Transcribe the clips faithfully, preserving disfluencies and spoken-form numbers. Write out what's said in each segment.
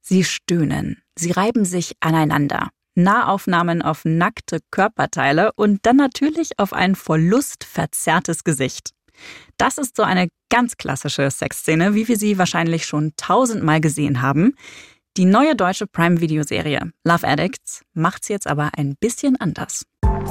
Sie stöhnen, sie reiben sich aneinander. Nahaufnahmen auf nackte Körperteile und dann natürlich auf ein vor Lust verzerrtes Gesicht. Das ist so eine ganz klassische Sexszene, wie wir sie wahrscheinlich schon tausendmal gesehen haben. Die neue deutsche Prime-Video-Serie Love Addicts macht sie jetzt aber ein bisschen anders.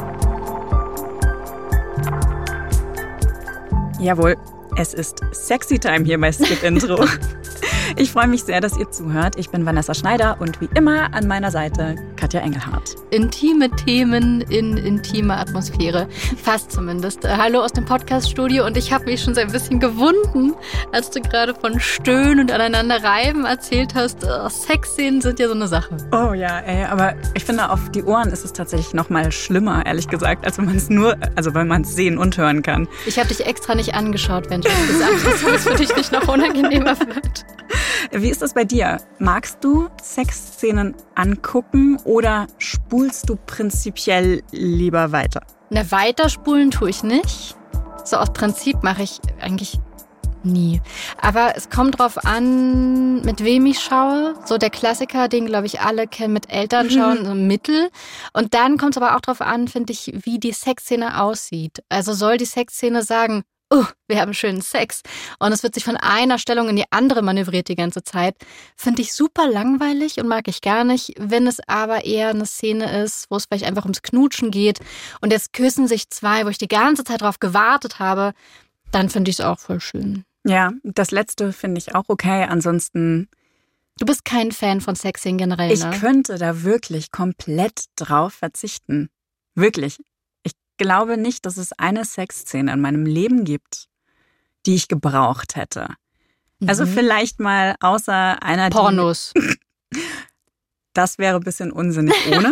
Jawohl, es ist Sexy Time hier bei Skip Intro. Ich freue mich sehr, dass ihr zuhört. Ich bin Vanessa Schneider und wie immer an meiner Seite Katja Engelhardt. Intime Themen in intimer Atmosphäre, fast zumindest. Hallo aus dem Podcast-Studio und ich habe mich schon so ein bisschen gewunden, als du gerade von Stöhnen und aneinander reiben erzählt hast. Oh, Sexszenen sind ja so eine Sache. Oh ja, ey, aber ich finde, auf die Ohren ist es tatsächlich noch mal schlimmer, ehrlich gesagt, als wenn man es nur, also wenn man es sehen und hören kann. Ich habe dich extra nicht angeschaut, wenn du es gesagt hast, dass es für dich nicht noch unangenehmer wird. Wie ist das bei dir? Magst du Sexszenen angucken oder spulst du prinzipiell lieber weiter? Na, weiterspulen tue ich nicht. So aus Prinzip mache ich eigentlich nie. Aber es kommt drauf an, mit wem ich schaue. So der Klassiker, den, glaube ich, alle kennen, mit Eltern schauen, mhm. so Mittel. Und dann kommt es aber auch drauf an, finde ich, wie die Sexszene aussieht. Also soll die Sexszene sagen, oh, wir haben schönen Sex. Und es wird sich von einer Stellung in die andere manövriert die ganze Zeit. Finde ich super langweilig und mag ich gar nicht. Wenn es aber eher eine Szene ist, wo es vielleicht einfach ums Knutschen geht und jetzt küssen sich zwei, wo ich die ganze Zeit drauf gewartet habe, dann finde ich es auch voll schön. Ja, das Letzte finde ich auch okay. Ansonsten... Du bist kein Fan von Sexszenen generell, ich ne? Ich könnte da wirklich komplett drauf verzichten. Wirklich. Ich glaube nicht, dass es eine Sexszene in meinem Leben gibt, die ich gebraucht hätte. Mhm. Also vielleicht mal außer einer... Pornos. Die, das wäre ein bisschen unsinnig ohne.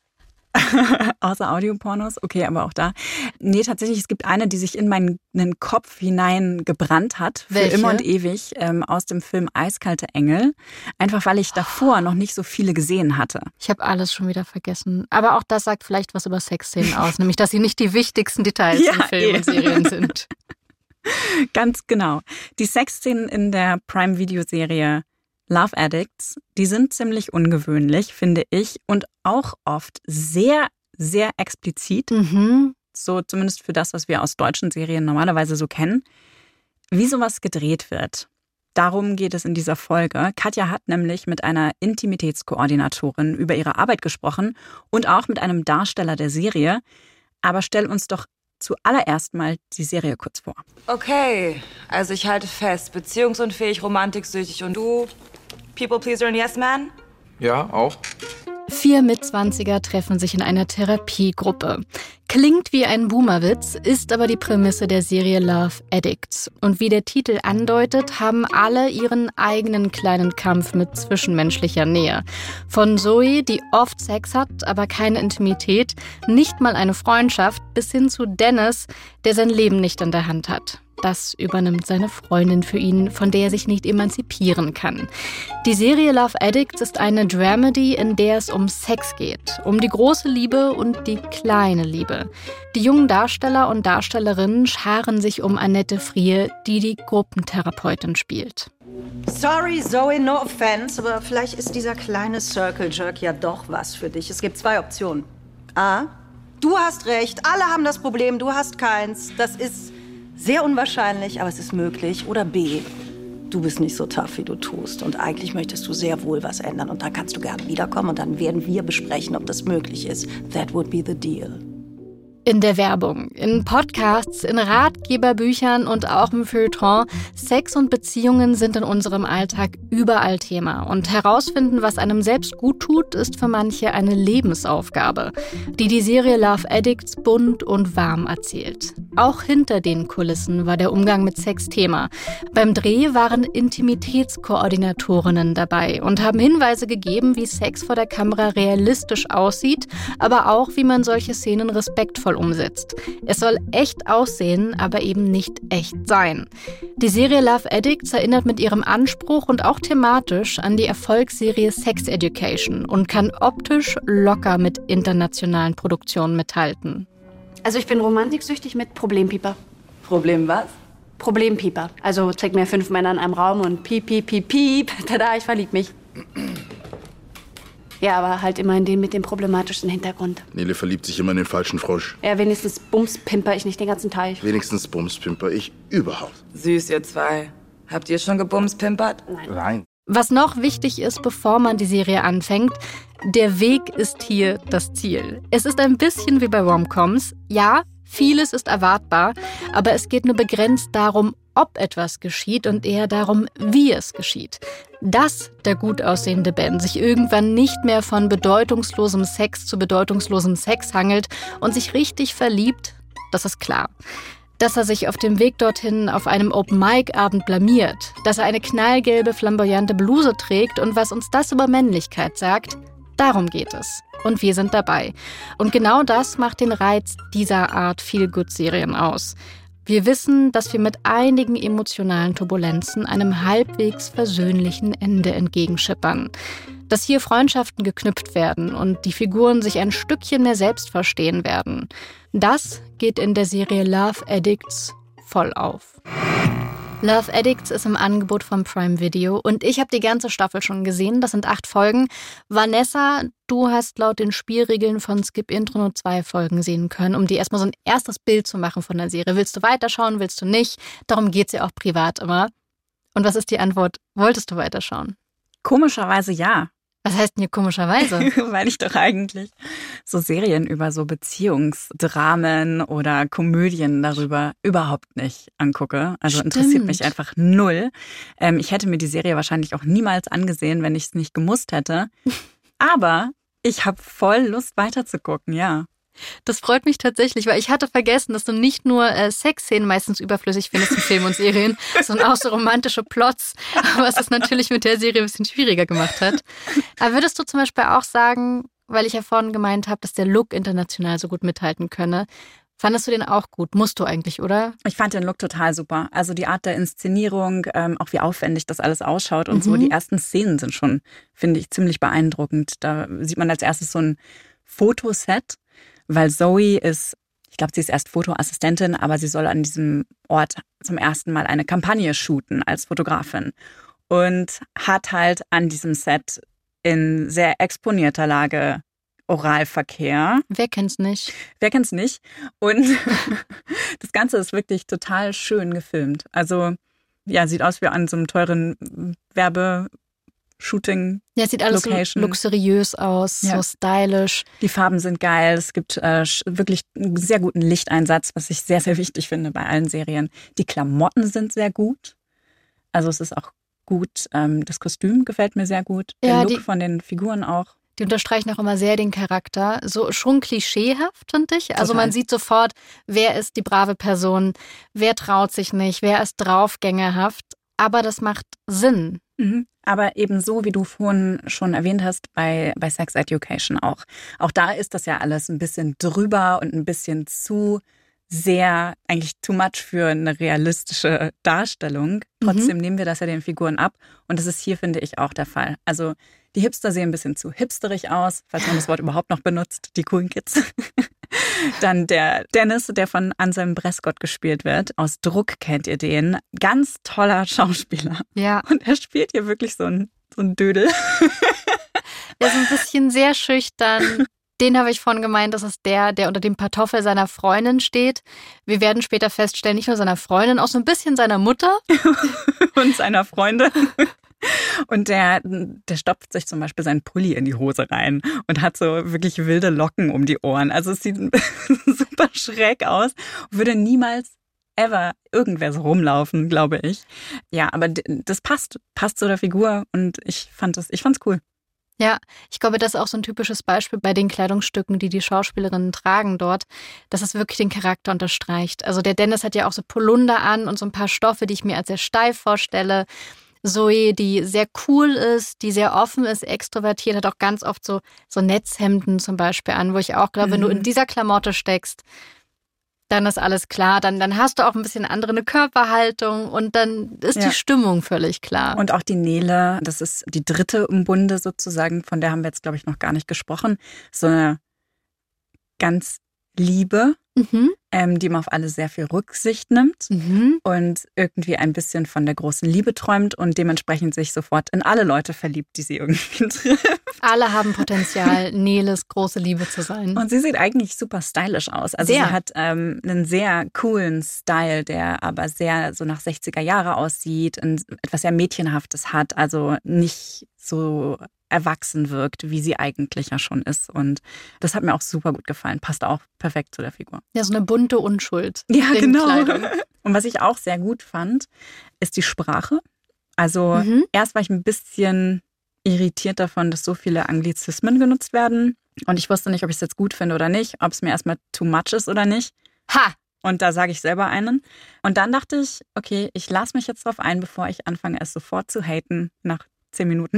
Außer Audiopornos, okay, aber auch da. Nee, tatsächlich, es gibt eine, die sich in meinen Kopf hinein gebrannt hat. Für Welche? Immer und ewig, ähm, aus dem Film Eiskalte Engel. Einfach, weil ich davor noch nicht so viele gesehen hatte. Ich habe alles schon wieder vergessen. Aber auch das sagt vielleicht was über Sexszenen aus. Nämlich, dass sie nicht die wichtigsten Details ja, in Filmen eh. und Serien sind. Ganz genau. Die Sexszenen in der Prime-Video-Serie Love Addicts, die sind ziemlich ungewöhnlich, finde ich, und auch oft sehr, sehr explizit. Mhm. So zumindest für das, was wir aus deutschen Serien normalerweise so kennen. Wie sowas gedreht wird. Darum geht es in dieser Folge. Katja hat nämlich mit einer Intimitätskoordinatorin über ihre Arbeit gesprochen und auch mit einem Darsteller der Serie. Aber stell uns doch zuallererst mal die Serie kurz vor. Okay, also ich halte fest, beziehungsunfähig, romantiksüchtig und du, People Pleaser und Yes Man? Ja, auch. Vier Mitzwanziger treffen sich in einer Therapiegruppe. Klingt wie ein Boomerwitz, ist aber die Prämisse der Serie Love Addicts. Und wie der Titel andeutet, haben alle ihren eigenen kleinen Kampf mit zwischenmenschlicher Nähe. Von Zoe, die oft Sex hat, aber keine Intimität, nicht mal eine Freundschaft, bis hin zu Dennis, der sein Leben nicht in der Hand hat. Das übernimmt seine Freundin für ihn, von der er sich nicht emanzipieren kann. Die Serie Love Addicts ist eine Dramedy, in der es um Sex geht. Um die große Liebe und die kleine Liebe. Die jungen Darsteller und Darstellerinnen scharen sich um Annette Frier, die die Gruppentherapeutin spielt. Sorry, Zoe, no offense, aber vielleicht ist dieser kleine Circle Jerk ja doch was für dich. Es gibt zwei Optionen. A, du hast recht, alle haben das Problem, du hast keins. Das ist sehr unwahrscheinlich, aber es ist möglich. Oder B, du bist nicht so tough, wie du tust. Und eigentlich möchtest du sehr wohl was ändern. Und dann kannst du gerne wiederkommen und dann werden wir besprechen, ob das möglich ist. That would be the deal. In der Werbung, in Podcasts, in Ratgeberbüchern und auch im Feuilleton. Sex und Beziehungen sind in unserem Alltag überall Thema. Und herausfinden, was einem selbst gut tut, ist für manche eine Lebensaufgabe, die die Serie Love Addicts bunt und warm erzählt. Auch hinter den Kulissen war der Umgang mit Sex Thema. Beim Dreh waren Intimitätskoordinatorinnen dabei und haben Hinweise gegeben, wie Sex vor der Kamera realistisch aussieht, aber auch, wie man solche Szenen respektvoll umsetzt. Es soll echt aussehen, aber eben nicht echt sein. Die Serie Love Addicts erinnert mit ihrem Anspruch und auch thematisch an die Erfolgsserie Sex Education und kann optisch locker mit internationalen Produktionen mithalten. Also ich bin romantiksüchtig mit Problempieper. Problem was? Problempieper. Also zeig mir fünf Männer in einem Raum und piep, piep, piep, piep. Tada, ich verlieb mich. Ja, aber halt immer in den mit dem problematischen Hintergrund. Nele verliebt sich immer in den falschen Frosch. Ja, wenigstens bumspimper ich nicht den ganzen Teich. Wenigstens bumspimper ich überhaupt. Süß, ihr zwei. Habt ihr schon gebumspimpert? Nein. Was noch wichtig ist, bevor man die Serie anfängt, der Weg ist hier das Ziel. Es ist ein bisschen wie bei Rom-Coms. Ja, vieles ist erwartbar, aber es geht nur begrenzt darum, ob etwas geschieht und eher darum, wie es geschieht. Dass der gut aussehende Ben sich irgendwann nicht mehr von bedeutungslosem Sex zu bedeutungslosem Sex hangelt und sich richtig verliebt, das ist klar. Dass er sich auf dem Weg dorthin auf einem Open-Mic-Abend blamiert, dass er eine knallgelbe, flamboyante Bluse trägt und was uns das über Männlichkeit sagt, darum geht es. Und wir sind dabei. Und genau das macht den Reiz dieser Art Feel-Good-Serien aus. Wir wissen, dass wir mit einigen emotionalen Turbulenzen einem halbwegs versöhnlichen Ende entgegenschippern. Dass hier Freundschaften geknüpft werden und die Figuren sich ein Stückchen mehr selbst verstehen werden. Das geht in der Serie Love Addicts voll auf. Love Addicts ist im Angebot vom Prime Video und ich habe die ganze Staffel schon gesehen. Das sind acht Folgen. Vanessa, du hast laut den Spielregeln von Skip Intro nur zwei Folgen sehen können, um dir erstmal so ein erstes Bild zu machen von der Serie. Willst du weiterschauen, willst du nicht? Darum geht's ja auch privat immer. Und was ist die Antwort? Wolltest du weiterschauen? Komischerweise ja. Was heißt denn hier komischerweise? Weil ich doch eigentlich so Serien über so Beziehungsdramen oder Komödien darüber überhaupt nicht angucke. Also Stimmt. Interessiert mich einfach null. Ähm, ich hätte mir die Serie wahrscheinlich auch niemals angesehen, wenn ich es nicht gemusst hätte. Aber ich habe voll Lust weiterzugucken, ja. Das freut mich tatsächlich, weil ich hatte vergessen, dass du nicht nur äh, Sexszenen meistens überflüssig findest in Filmen und Serien, sondern auch so romantische Plots, was es natürlich mit der Serie ein bisschen schwieriger gemacht hat. Aber würdest du zum Beispiel auch sagen, weil ich ja vorhin gemeint habe, dass der Look international so gut mithalten könne, fandest du den auch gut? Musst du eigentlich, oder? Ich fand den Look total super. Also die Art der Inszenierung, ähm, auch wie aufwendig das alles ausschaut und Mhm. so. Die ersten Szenen sind schon, finde ich, ziemlich beeindruckend. Da sieht man als erstes so ein Fotoset, weil Zoe ist, ich glaube, sie ist erst Fotoassistentin, aber sie soll an diesem Ort zum ersten Mal eine Kampagne shooten als Fotografin und hat halt an diesem Set in sehr exponierter Lage Oralverkehr. Wer kennt's nicht? Wer kennt's nicht? Und das Ganze ist wirklich total schön gefilmt. Also ja, sieht aus wie an so einem teuren Werbeshooting. Ja, es sieht alles Location. so luxuriös aus, Ja. so stylisch. Die Farben sind geil. Es gibt äh, wirklich einen sehr guten Lichteinsatz, was ich sehr, sehr wichtig finde bei allen Serien. Die Klamotten sind sehr gut. Also es ist auch gut. Ähm, das Kostüm gefällt mir sehr gut. Der Ja, Look die- von den Figuren auch. Die unterstreichen auch immer sehr den Charakter. So schon klischeehaft, finde ich. Also Total. man sieht sofort, wer ist die brave Person, wer traut sich nicht, wer ist draufgängerhaft. Aber das macht Sinn. Mhm. Aber eben so, wie du vorhin schon erwähnt hast, bei, bei Sex Education auch. Auch da ist das ja alles ein bisschen drüber und ein bisschen zu sehr, eigentlich too much für eine realistische Darstellung. Trotzdem nehmen wir das ja den Figuren ab. Und das ist hier, finde ich, auch der Fall. Also die Hipster sehen ein bisschen zu hipsterig aus, falls man das Wort überhaupt noch benutzt, die coolen Kids. Dann der Dennis, der von Anselm Prescott gespielt wird. Aus Druck kennt ihr den. Ganz toller Schauspieler. Ja, Und er spielt hier wirklich so ein, so ein Dödel. er ist ein bisschen sehr schüchtern. Den habe ich vorhin gemeint, das ist der, der unter dem Pantoffel seiner Freundin steht. Wir werden später feststellen, nicht nur seiner Freundin, auch so ein bisschen seiner Mutter. Und seiner Freundin. Und der, der stopft sich zum Beispiel seinen Pulli in die Hose rein und hat so wirklich wilde Locken um die Ohren. Also es sieht super schräg aus. Würde niemals ever irgendwer so rumlaufen, glaube ich. Ja, aber das passt, passt zu der Figur und ich fand das, ich fand's cool. Ja, ich glaube, das ist auch so ein typisches Beispiel bei den Kleidungsstücken, die die Schauspielerinnen tragen dort, dass es wirklich den Charakter unterstreicht. Also der Dennis hat ja auch so Polunder an und so ein paar Stoffe, die ich mir als sehr steif vorstelle. Zoe, die sehr cool ist, die sehr offen ist, extrovertiert, hat auch ganz oft so, so Netzhemden zum Beispiel an, wo ich auch glaube, wenn du in dieser Klamotte steckst, dann ist alles klar. Dann, dann hast du auch ein bisschen andere eine Körperhaltung und dann ist Ja. die Stimmung völlig klar. Und auch die Nele, das ist die dritte im Bunde sozusagen, von der haben wir jetzt, glaube ich, noch gar nicht gesprochen. So eine ganz liebe, Mhm. ähm, die immer auf alle sehr viel Rücksicht nimmt Mhm. und irgendwie ein bisschen von der großen Liebe träumt und dementsprechend sich sofort in alle Leute verliebt, die sie irgendwie trifft. Alle haben Potenzial, Neles große Liebe zu sein. Und sie sieht eigentlich super stylisch aus. Also Sehr. sie hat ähm, einen sehr coolen Style, der aber sehr so nach sechziger Jahre aussieht und etwas sehr Mädchenhaftes hat. Also nicht so erwachsen wirkt, wie sie eigentlich ja schon ist. Und das hat mir auch super gut gefallen. Passt auch perfekt zu der Figur. Ja, so eine bunte Unschuld. Ja, in genau. Kleidung. Und was ich auch sehr gut fand, ist die Sprache. Also Mhm. erst war ich ein bisschen irritiert davon, dass so viele Anglizismen genutzt werden. Und ich wusste nicht, ob ich es jetzt gut finde oder nicht, ob es mir erstmal too much ist oder nicht. Ha! Und da sage ich selber einen. Und dann dachte ich, okay, ich lasse mich jetzt drauf ein, bevor ich anfange, es sofort zu haten nach zehn Minuten.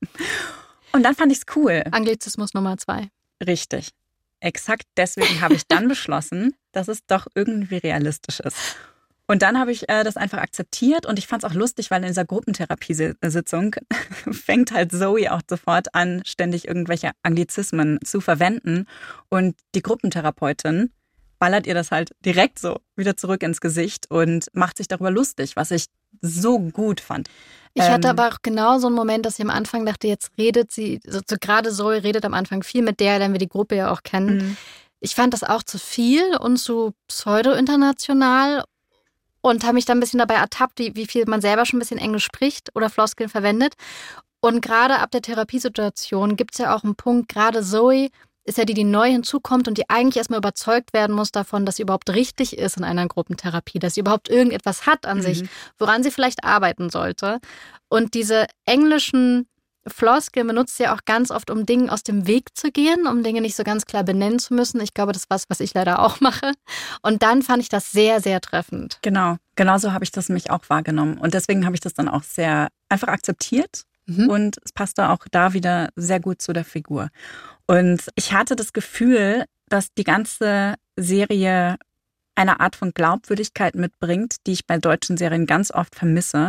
Und dann fand ich es cool. Anglizismus Nummer zwei. Richtig. Exakt deswegen habe ich dann beschlossen, dass es doch irgendwie realistisch ist. Und dann habe ich äh, das einfach akzeptiert und ich fand es auch lustig, weil in dieser Gruppentherapiesitzung fängt halt Zoe auch sofort an, ständig irgendwelche Anglizismen zu verwenden. Und die Gruppentherapeutin ballert ihr das halt direkt so wieder zurück ins Gesicht und macht sich darüber lustig, was ich so gut fand. Ich hatte Ähm, aber auch genau so einen Moment, dass ich am Anfang dachte, jetzt redet sie, so, so gerade Zoe redet am Anfang viel mit der, denn wir die Gruppe ja auch kennen. Mhm. Ich fand das auch zu viel und zu pseudo-international und habe mich dann ein bisschen dabei ertappt, wie, wie viel man selber schon ein bisschen Englisch spricht oder Floskeln verwendet. Und gerade ab der Therapiesituation gibt es ja auch einen Punkt, gerade Zoe ist ja die, die neu hinzukommt und die eigentlich erstmal überzeugt werden muss davon, dass sie überhaupt richtig ist in einer Gruppentherapie, dass sie überhaupt irgendetwas hat an Mhm. sich, woran sie vielleicht arbeiten sollte. Und diese englischen Floskeln benutzt sie ja auch ganz oft, um Dingen aus dem Weg zu gehen, um Dinge nicht so ganz klar benennen zu müssen. Ich glaube, das ist was, was ich leider auch mache. Und dann fand ich das sehr, sehr treffend. Genau, genauso habe ich das nämlich auch wahrgenommen. Und deswegen habe ich das dann auch sehr einfach akzeptiert. Mhm. Und es passte auch da wieder sehr gut zu der Figur. Und ich hatte das Gefühl, dass die ganze Serie eine Art von Glaubwürdigkeit mitbringt, die ich bei deutschen Serien ganz oft vermisse.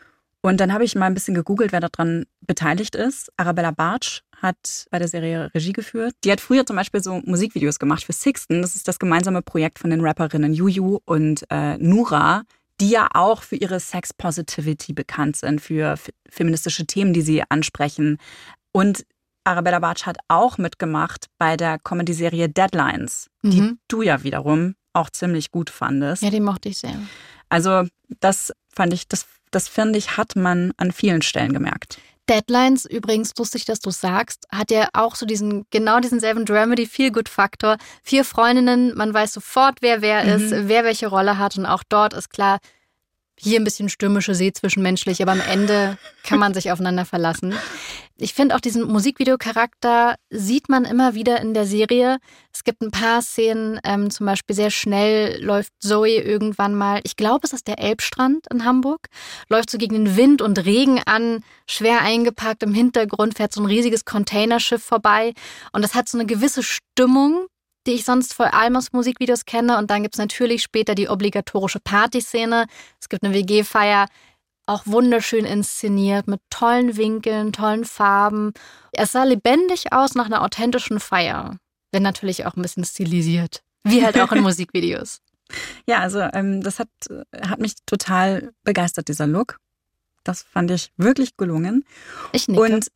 Und dann habe ich mal ein bisschen gegoogelt, wer daran beteiligt ist. Arabella Bartsch hat bei der Serie Regie geführt. Die hat früher zum Beispiel so Musikvideos gemacht für Sixten. Das ist das gemeinsame Projekt von den Rapperinnen Juju und äh, Nura, die ja auch für ihre Sex Positivity bekannt sind, für f- feministische Themen, die sie ansprechen. Und Arabella Bartsch hat auch mitgemacht bei der Comedy-Serie Deadlines, die Mhm. du ja wiederum auch ziemlich gut fandest. Ja, die mochte ich sehr. Also das fand ich, das, das finde ich, hat man an vielen Stellen gemerkt. Deadlines, übrigens lustig, dass du sagst, hat ja auch so diesen, genau diesen selben Dramedy-Feel-Good-Faktor. Vier Freundinnen, man weiß sofort, wer wer Mhm. ist, wer welche Rolle hat und auch dort ist klar, hier ein bisschen stürmische See zwischenmenschlich, aber am Ende kann man sich aufeinander verlassen. Ich finde auch diesen Musikvideocharakter sieht man immer wieder in der Serie. Es gibt ein paar Szenen, ähm, zum Beispiel sehr schnell läuft Zoe irgendwann mal, ich glaube, es ist der Elbstrand in Hamburg, läuft so gegen den Wind und Regen an, schwer eingepackt, im Hintergrund fährt so ein riesiges Containerschiff vorbei und das hat so eine gewisse Stimmung, die ich sonst vor allem aus Musikvideos kenne. Und dann gibt es natürlich später die obligatorische Partyszene. Es gibt eine W G-Feier, auch wunderschön inszeniert, mit tollen Winkeln, tollen Farben. Es sah lebendig aus nach einer authentischen Feier. Wenn natürlich auch ein bisschen stilisiert. Wie halt auch in Musikvideos. Ja, also ähm, das hat, hat mich total begeistert, dieser Look. Das fand ich wirklich gelungen. Ich nicke. Und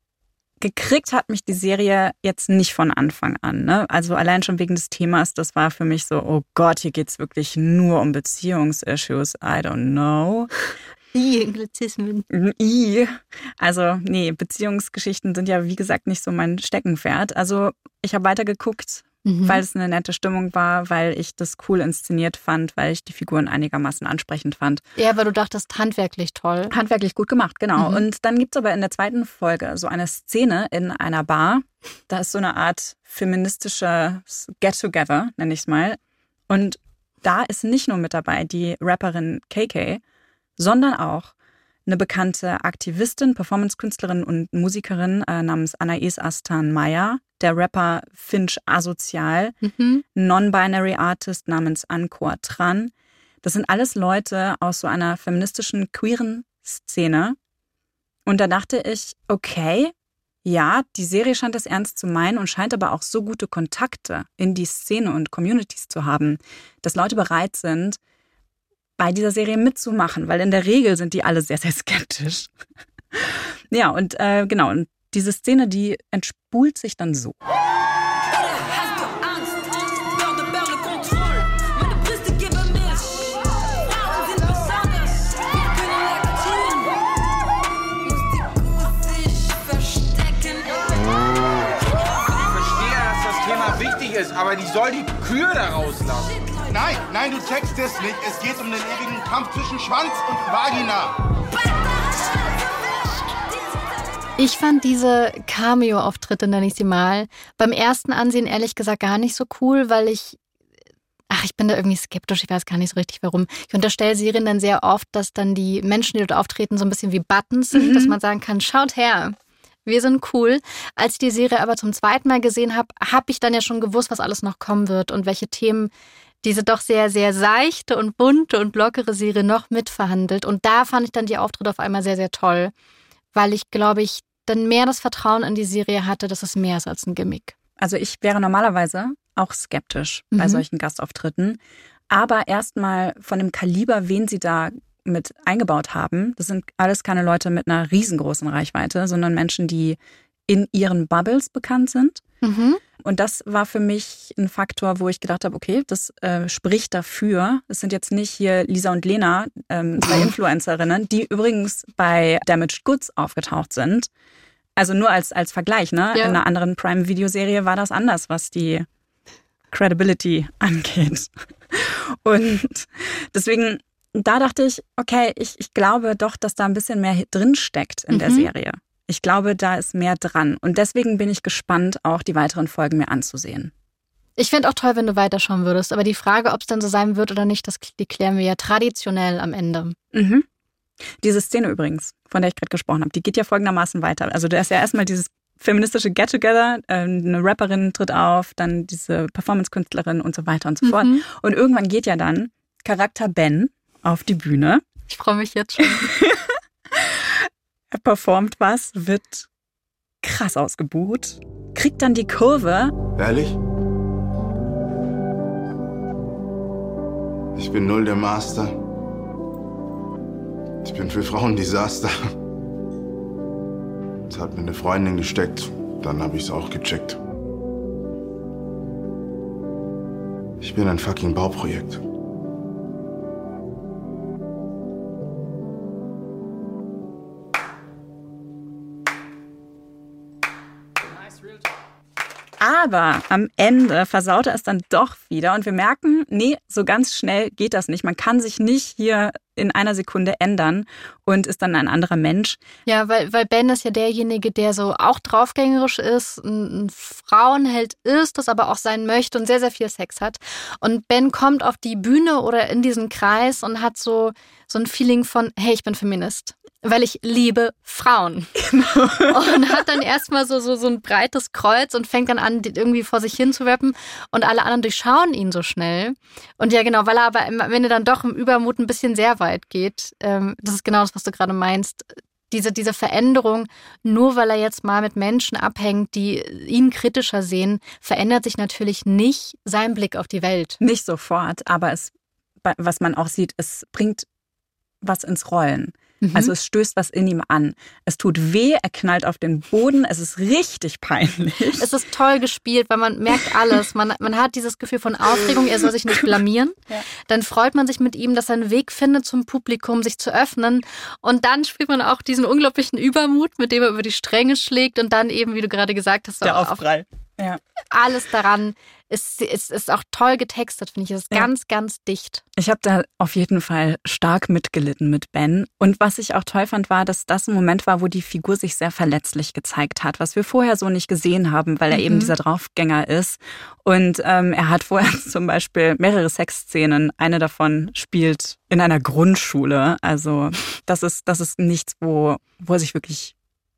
gekriegt hat mich die Serie jetzt nicht von Anfang an. Ne? Also allein schon wegen des Themas, das war für mich so, oh Gott, hier geht's wirklich nur um Beziehungsissues. I don't know. Die Anglizismen. I. Also nee, Beziehungsgeschichten sind ja wie gesagt nicht so mein Steckenpferd. Also ich habe weitergeguckt, Mhm. weil es eine nette Stimmung war, weil ich das cool inszeniert fand, weil ich die Figuren einigermaßen ansprechend fand. Ja, weil du dachtest, handwerklich toll. Handwerklich gut gemacht, genau. Mhm. Und dann gibt es aber in der zweiten Folge so eine Szene in einer Bar. Da ist so eine Art feministisches Get-Together, nenne ich es mal. Und da ist nicht nur mit dabei die Rapperin K K, sondern auch eine bekannte Aktivistin, Performancekünstlerin und Musikerin äh, namens Anais Astan Maya, der Rapper Finch Asozial, Mhm. Non-Binary Artist namens Ankor Tran. Das sind alles Leute aus so einer feministischen, queeren Szene. Und da dachte ich, okay, ja, die Serie scheint das ernst zu meinen und scheint aber auch so gute Kontakte in die Szene und Communities zu haben, dass Leute bereit sind, bei dieser Serie mitzumachen, weil in der Regel sind die alle sehr, sehr skeptisch. Ja, und äh, genau, und diese Szene, die entspult sich dann so. Ist, aber die soll die Kühe da rauslassen. Nein, nein, du checkst es nicht. Es geht um den ewigen Kampf zwischen Schwanz und Vagina. Ich fand diese Cameo-Auftritte, nenne ich sie mal, beim ersten Ansehen ehrlich gesagt gar nicht so cool, weil ich, ach, ich bin da irgendwie skeptisch, ich weiß gar nicht so richtig warum. Ich unterstelle Serien dann sehr oft, dass dann die Menschen, die dort auftreten, so ein bisschen wie Buttons sind, mhm. dass man sagen kann, schaut her. Wir sind cool. Als ich die Serie aber zum zweiten Mal gesehen habe, habe ich dann ja schon gewusst, was alles noch kommen wird und welche Themen diese doch sehr, sehr seichte und bunte und lockere Serie noch mitverhandelt. Und da fand ich dann die Auftritte auf einmal sehr, sehr toll, weil ich, glaube ich, dann mehr das Vertrauen in die Serie hatte, dass es mehr ist als ein Gimmick. Also ich wäre normalerweise auch skeptisch mhm. bei solchen Gastauftritten, aber erstmal von dem Kaliber, wen sie da mit eingebaut haben. Das sind alles keine Leute mit einer riesengroßen Reichweite, sondern Menschen, die in ihren Bubbles bekannt sind. Mhm. Und das war für mich ein Faktor, wo ich gedacht habe, okay, das äh, spricht dafür. Es sind jetzt nicht hier Lisa und Lena, ähm, zwei Influencerinnen, die übrigens bei Damaged Goods aufgetaucht sind. Also nur als, als Vergleich, ne? Ja. In einer anderen Prime-Video-Serie war das anders, was die Credibility angeht. Und deswegen da dachte ich, okay, ich, ich glaube doch, dass da ein bisschen mehr drin steckt in mhm. der Serie. Ich glaube, da ist mehr dran. Und deswegen bin ich gespannt, auch die weiteren Folgen mir anzusehen. Ich fände auch toll, wenn du weiterschauen würdest. Aber die Frage, ob es dann so sein wird oder nicht, das die klären wir ja traditionell am Ende. Mhm. Diese Szene übrigens, von der ich gerade gesprochen habe, die geht ja folgendermaßen weiter. Also da ist ja erstmal dieses feministische Get-Together, eine Rapperin tritt auf, dann diese Performance-Künstlerin und so weiter und so mhm. fort. Und irgendwann geht ja dann Charakter Ben auf die Bühne. Ich freue mich jetzt schon. Er performt was, wird krass ausgebuht, kriegt dann die Kurve. Ehrlich? Ich bin null der Master. Ich bin für Frauen Desaster. Das hat mir eine Freundin gesteckt. Dann habe ich es auch gecheckt. Ich bin ein fucking Bauprojekt. Aber am Ende versaut er es dann doch wieder und wir merken, nee, so ganz schnell geht das nicht. Man kann sich nicht hier in einer Sekunde ändern und ist dann ein anderer Mensch. Ja, weil, weil Ben ist ja derjenige, der so auch draufgängerisch ist, ein Frauenheld ist, das aber auch sein möchte und sehr, sehr viel Sex hat. Und Ben kommt auf die Bühne oder in diesen Kreis und hat so, so ein Feeling von, hey, ich bin Feminist. Weil ich liebe Frauen. Genau. Und hat dann erstmal so, so, so ein breites Kreuz und fängt dann an, irgendwie vor sich hin zu rappen. Und alle anderen durchschauen ihn so schnell. Und ja, genau, weil er aber am Ende dann doch im Übermut ein bisschen sehr weit geht. Ähm, das ist genau das, was du gerade meinst. Diese, diese Veränderung, nur weil er jetzt mal mit Menschen abhängt, die ihn kritischer sehen, verändert sich natürlich nicht sein Blick auf die Welt. Nicht sofort, aber es, was man auch sieht, es bringt was ins Rollen. Mhm. Also es stößt was in ihm an. Es tut weh, er knallt auf den Boden, es ist richtig peinlich. Es ist toll gespielt, weil man merkt alles. Man, man hat dieses Gefühl von Aufregung, er soll sich nicht blamieren. Ja. Dann freut man sich mit ihm, dass er einen Weg findet zum Publikum, sich zu öffnen. Und dann spürt man auch diesen unglaublichen Übermut, mit dem er über die Stränge schlägt und dann eben, wie du gerade gesagt hast, der auch Aufprall. Ja. Alles daran ist, ist, ist auch toll getextet, finde ich. Es ist ja. ganz, ganz dicht. Ich habe da auf jeden Fall stark mitgelitten mit Ben. Und was ich auch toll fand, war, dass das ein Moment war, wo die Figur sich sehr verletzlich gezeigt hat, was wir vorher so nicht gesehen haben, weil er mhm. eben dieser Draufgänger ist. Und ähm, er hat vorher zum Beispiel mehrere Sexszenen. Eine davon spielt in einer Grundschule. Also das ist, das ist nichts, wo, wo er sich wirklich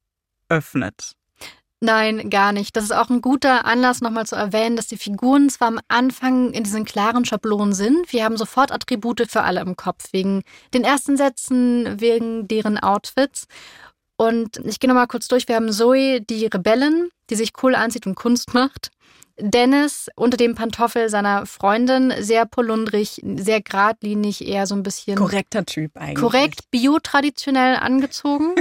öffnet. Nein, gar nicht. Das ist auch ein guter Anlass, nochmal zu erwähnen, dass die Figuren zwar am Anfang in diesen klaren Schablonen sind, wir haben sofort Attribute für alle im Kopf, wegen den ersten Sätzen, wegen deren Outfits. Und ich gehe nochmal kurz durch. Wir haben Zoe, die Rebellin, die sich cool anzieht und Kunst macht. Dennis unter dem Pantoffel seiner Freundin, sehr polundrig, sehr geradlinig, eher so ein bisschen... Korrekter Typ eigentlich. Korrekt, biotraditionell angezogen.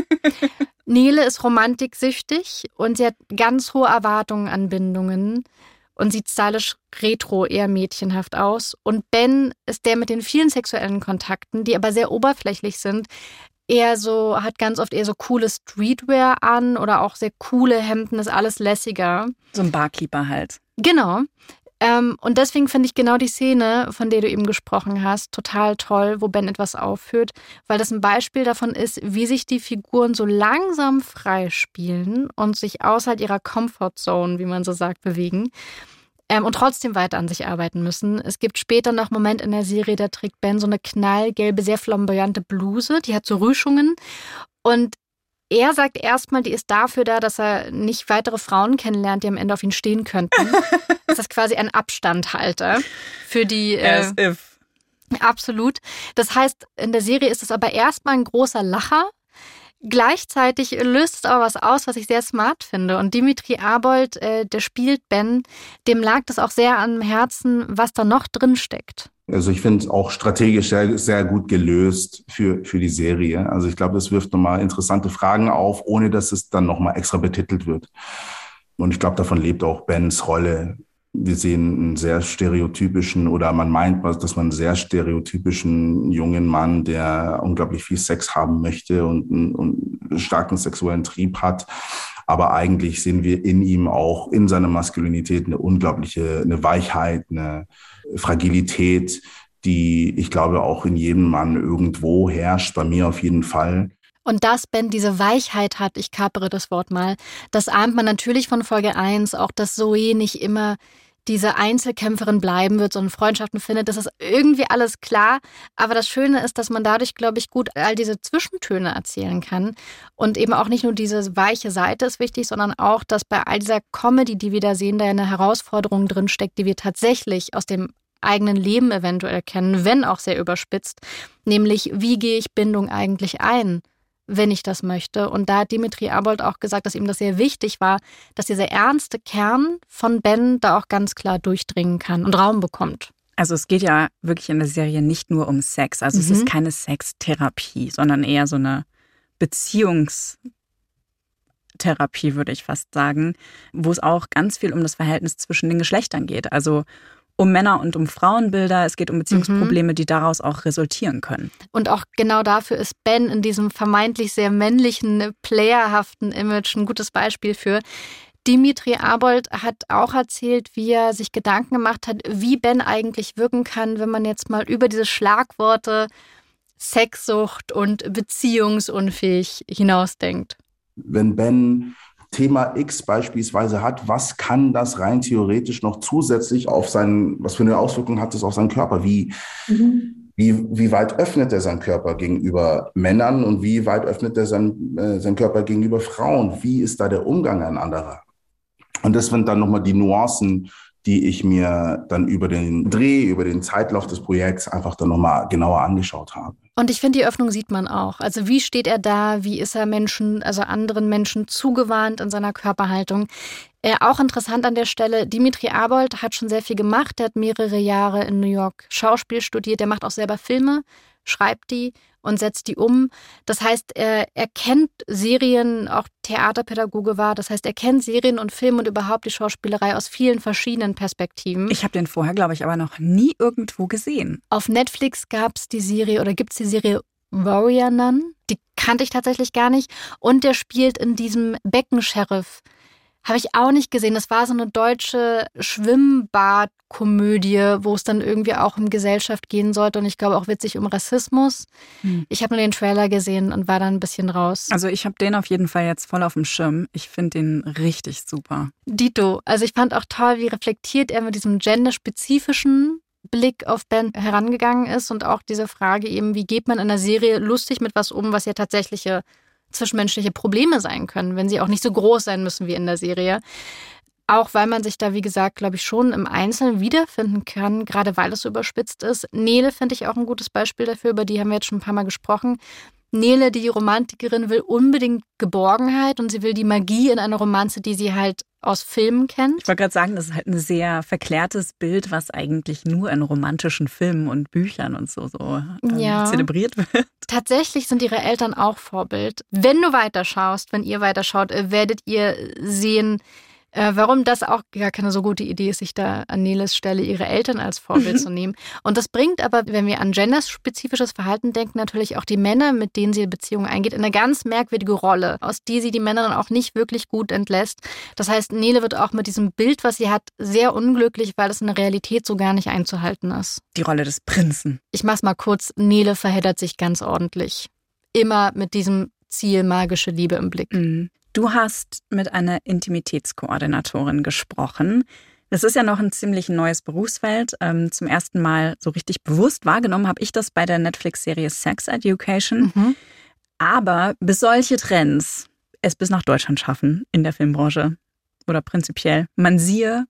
Nele ist romantiksüchtig und sie hat ganz hohe Erwartungen an Bindungen und sieht stylisch retro, eher mädchenhaft aus. Und Ben ist der mit den vielen sexuellen Kontakten, die aber sehr oberflächlich sind. Er so, hat ganz oft eher so coole Streetwear an oder auch sehr coole Hemden, ist alles lässiger. So ein Barkeeper halt. Genau. Ähm, und deswegen finde ich genau die Szene, von der du eben gesprochen hast, total toll, wo Ben etwas aufführt, weil das ein Beispiel davon ist, wie sich die Figuren so langsam freispielen und sich außerhalb ihrer Comfortzone, wie man so sagt, bewegen. Ähm, und trotzdem weiter an sich arbeiten müssen. Es gibt später noch einen Moment in der Serie, da trägt Ben so eine knallgelbe, sehr flamboyante Bluse, die hat so Rüschungen. Und er sagt erstmal, die ist dafür da, dass er nicht weitere Frauen kennenlernt, die am Ende auf ihn stehen könnten. Das ist quasi ein Abstandhalter für die... As äh, if. Absolut. Das heißt, in der Serie ist es aber erstmal ein großer Lacher. Gleichzeitig löst es aber was aus, was ich sehr smart finde. Und Dimitri Abold, äh, der spielt Ben, dem lag das auch sehr am Herzen, was da noch drin steckt. Also ich finde es auch strategisch sehr, sehr gut gelöst für, für die Serie. Also ich glaube, das wirft nochmal interessante Fragen auf, ohne dass es dann nochmal extra betitelt wird. Und ich glaube, davon lebt auch Bens Rolle. Wir sehen einen sehr stereotypischen, oder man meint, dass man einen sehr stereotypischen jungen Mann, der unglaublich viel Sex haben möchte und einen, und einen starken sexuellen Trieb hat. Aber eigentlich sehen wir in ihm auch, in seiner Maskulinität, eine unglaubliche, eine Weichheit, eine Fragilität, die, ich glaube, auch in jedem Mann irgendwo herrscht, bei mir auf jeden Fall. Und dass Ben diese Weichheit hat, ich kapere das Wort mal, das ahnt man natürlich von Folge eins, auch dass Zoe nicht immer diese Einzelkämpferin bleiben wird, sondern Freundschaften findet, das ist irgendwie alles klar. Aber das Schöne ist, dass man dadurch, glaube ich, gut all diese Zwischentöne erzählen kann. Und eben auch nicht nur diese weiche Seite ist wichtig, sondern auch, dass bei all dieser Comedy, die wir da sehen, da eine Herausforderung drinsteckt, die wir tatsächlich aus dem eigenen Leben eventuell kennen, wenn auch sehr überspitzt. Nämlich, wie gehe ich Bindung eigentlich ein, wenn ich das möchte. Und da hat Dimitri Abold auch gesagt, dass ihm das sehr wichtig war, dass dieser ernste Kern von Ben da auch ganz klar durchdringen kann und Raum bekommt. Also es geht ja wirklich in der Serie nicht nur um Sex. Also mhm. es ist keine Sextherapie, sondern eher so eine Beziehungstherapie, würde ich fast sagen, wo es auch ganz viel um das Verhältnis zwischen den Geschlechtern geht. Also um Männer- und um Frauenbilder. Es geht um Beziehungsprobleme, mhm. die daraus auch resultieren können. Und auch genau dafür ist Ben in diesem vermeintlich sehr männlichen, playerhaften Image ein gutes Beispiel für. Dimitri Abold hat auch erzählt, wie er sich Gedanken gemacht hat, wie Ben eigentlich wirken kann, wenn man jetzt mal über diese Schlagworte Sexsucht und beziehungsunfähig hinausdenkt. Wenn Ben Thema X beispielsweise hat, was kann das rein theoretisch noch zusätzlich auf seinen, was für eine Auswirkung hat das auf seinen Körper? Wie, mhm. wie, wie weit öffnet er seinen Körper gegenüber Männern und wie weit öffnet er seinen, äh, seinen Körper gegenüber Frauen? Wie ist da der Umgang ein anderer? Und das sind dann nochmal die Nuancen, die ich mir dann über den Dreh, über den Zeitlauf des Projekts einfach dann nochmal genauer angeschaut habe. Und ich finde, die Öffnung sieht man auch. Also wie steht er da? Wie ist er Menschen, also anderen Menschen zugewandt in seiner Körperhaltung? Äh, auch interessant an der Stelle, Dimitri Abold hat schon sehr viel gemacht. Er hat mehrere Jahre in New York Schauspiel studiert. Er macht auch selber Filme, schreibt die und setzt die um. Das heißt, er, er kennt Serien, auch Theaterpädagoge war. Das heißt, er kennt Serien und Film und überhaupt die Schauspielerei aus vielen verschiedenen Perspektiven. Ich habe den vorher, glaube ich, aber noch nie irgendwo gesehen. Auf Netflix gab es die Serie oder gibt es die Serie Warrior Nun. Die kannte ich tatsächlich gar nicht. Und der spielt in diesem Becken-Sheriff. Habe ich auch nicht gesehen. Das war so eine deutsche Schwimmbadkomödie, wo es dann irgendwie auch um Gesellschaft gehen sollte und ich glaube auch witzig um Rassismus. Hm. Ich habe nur den Trailer gesehen und war dann ein bisschen raus. Also ich habe den auf jeden Fall jetzt voll auf dem Schirm. Ich finde den richtig super. Dito. Also ich fand auch toll, wie reflektiert er mit diesem genderspezifischen Blick auf Ben herangegangen ist und auch diese Frage eben, wie geht man in einer Serie lustig mit was um, was ja tatsächliche zwischenmenschliche Probleme sein können, wenn sie auch nicht so groß sein müssen wie in der Serie. Auch weil man sich da, wie gesagt, glaube ich, schon im Einzelnen wiederfinden kann, gerade weil es so überspitzt ist. Nele finde ich auch ein gutes Beispiel dafür, über die haben wir jetzt schon ein paar Mal gesprochen. Nele, die Romantikerin, will unbedingt Geborgenheit und sie will die Magie in einer Romanze, die sie halt aus Filmen kennt. Ich wollte gerade sagen, das ist halt ein sehr verklärtes Bild, was eigentlich nur in romantischen Filmen und Büchern und so, so ähm, ja. zelebriert wird. Tatsächlich sind ihre Eltern auch Vorbild. Wenn du weiterschaust, wenn ihr weiterschaut, werdet ihr sehen, Äh, warum das auch gar keine so gute Idee ist, sich da an Neles Stelle ihre Eltern als Vorbild mhm. zu nehmen. Und das bringt aber, wenn wir an genderspezifisches Verhalten denken, natürlich auch die Männer, mit denen sie Beziehungen eingeht, in eine ganz merkwürdige Rolle, aus der sie die Männer dann auch nicht wirklich gut entlässt. Das heißt, Nele wird auch mit diesem Bild, was sie hat, sehr unglücklich, weil es in der Realität so gar nicht einzuhalten ist. Die Rolle des Prinzen. Ich mach's mal kurz, Nele verheddert sich ganz ordentlich. Immer mit diesem Ziel magische Liebe im Blick. Mhm. Du hast mit einer Intimitätskoordinatorin gesprochen. Das ist ja noch ein ziemlich neues Berufsfeld. Ähm, zum ersten Mal so richtig bewusst wahrgenommen habe ich das bei der Netflix-Serie Sex Education. Mhm. Aber bis solche Trends es bis nach Deutschland schaffen in der Filmbranche oder prinzipiell, man siehe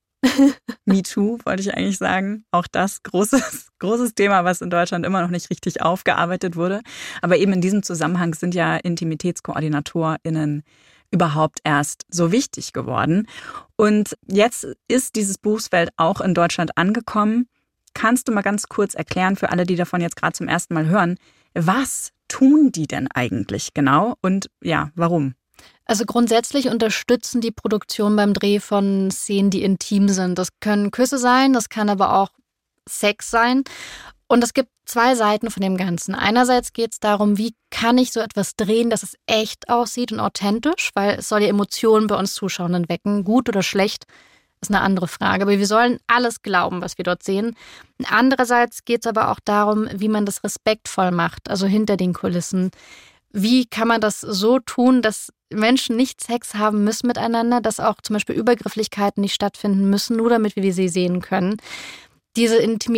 MeToo, wollte ich eigentlich sagen. Auch das großes, großes Thema, was in Deutschland immer noch nicht richtig aufgearbeitet wurde. Aber eben in diesem Zusammenhang sind ja IntimitätskoordinatorInnen überhaupt erst so wichtig geworden. Und jetzt ist dieses Berufsfeld auch in Deutschland angekommen. Kannst du mal ganz kurz erklären für alle, die davon jetzt gerade zum ersten Mal hören, was tun die denn eigentlich genau und ja, warum? Also grundsätzlich unterstützen die Produktion beim Dreh von Szenen, die intim sind. Das können Küsse sein, das kann aber auch Sex sein. Und es gibt zwei Seiten von dem Ganzen. Einerseits geht es darum, wie kann ich so etwas drehen, dass es echt aussieht und authentisch, weil es soll ja Emotionen bei uns Zuschauenden wecken. Gut oder schlecht ist eine andere Frage. Aber wir sollen alles glauben, was wir dort sehen. Andererseits geht es aber auch darum, wie man das respektvoll macht, also hinter den Kulissen. Wie kann man das so tun, dass Menschen nicht Sex haben müssen miteinander, dass auch zum Beispiel Übergrifflichkeiten nicht stattfinden müssen, nur damit wir sie sehen können. Diese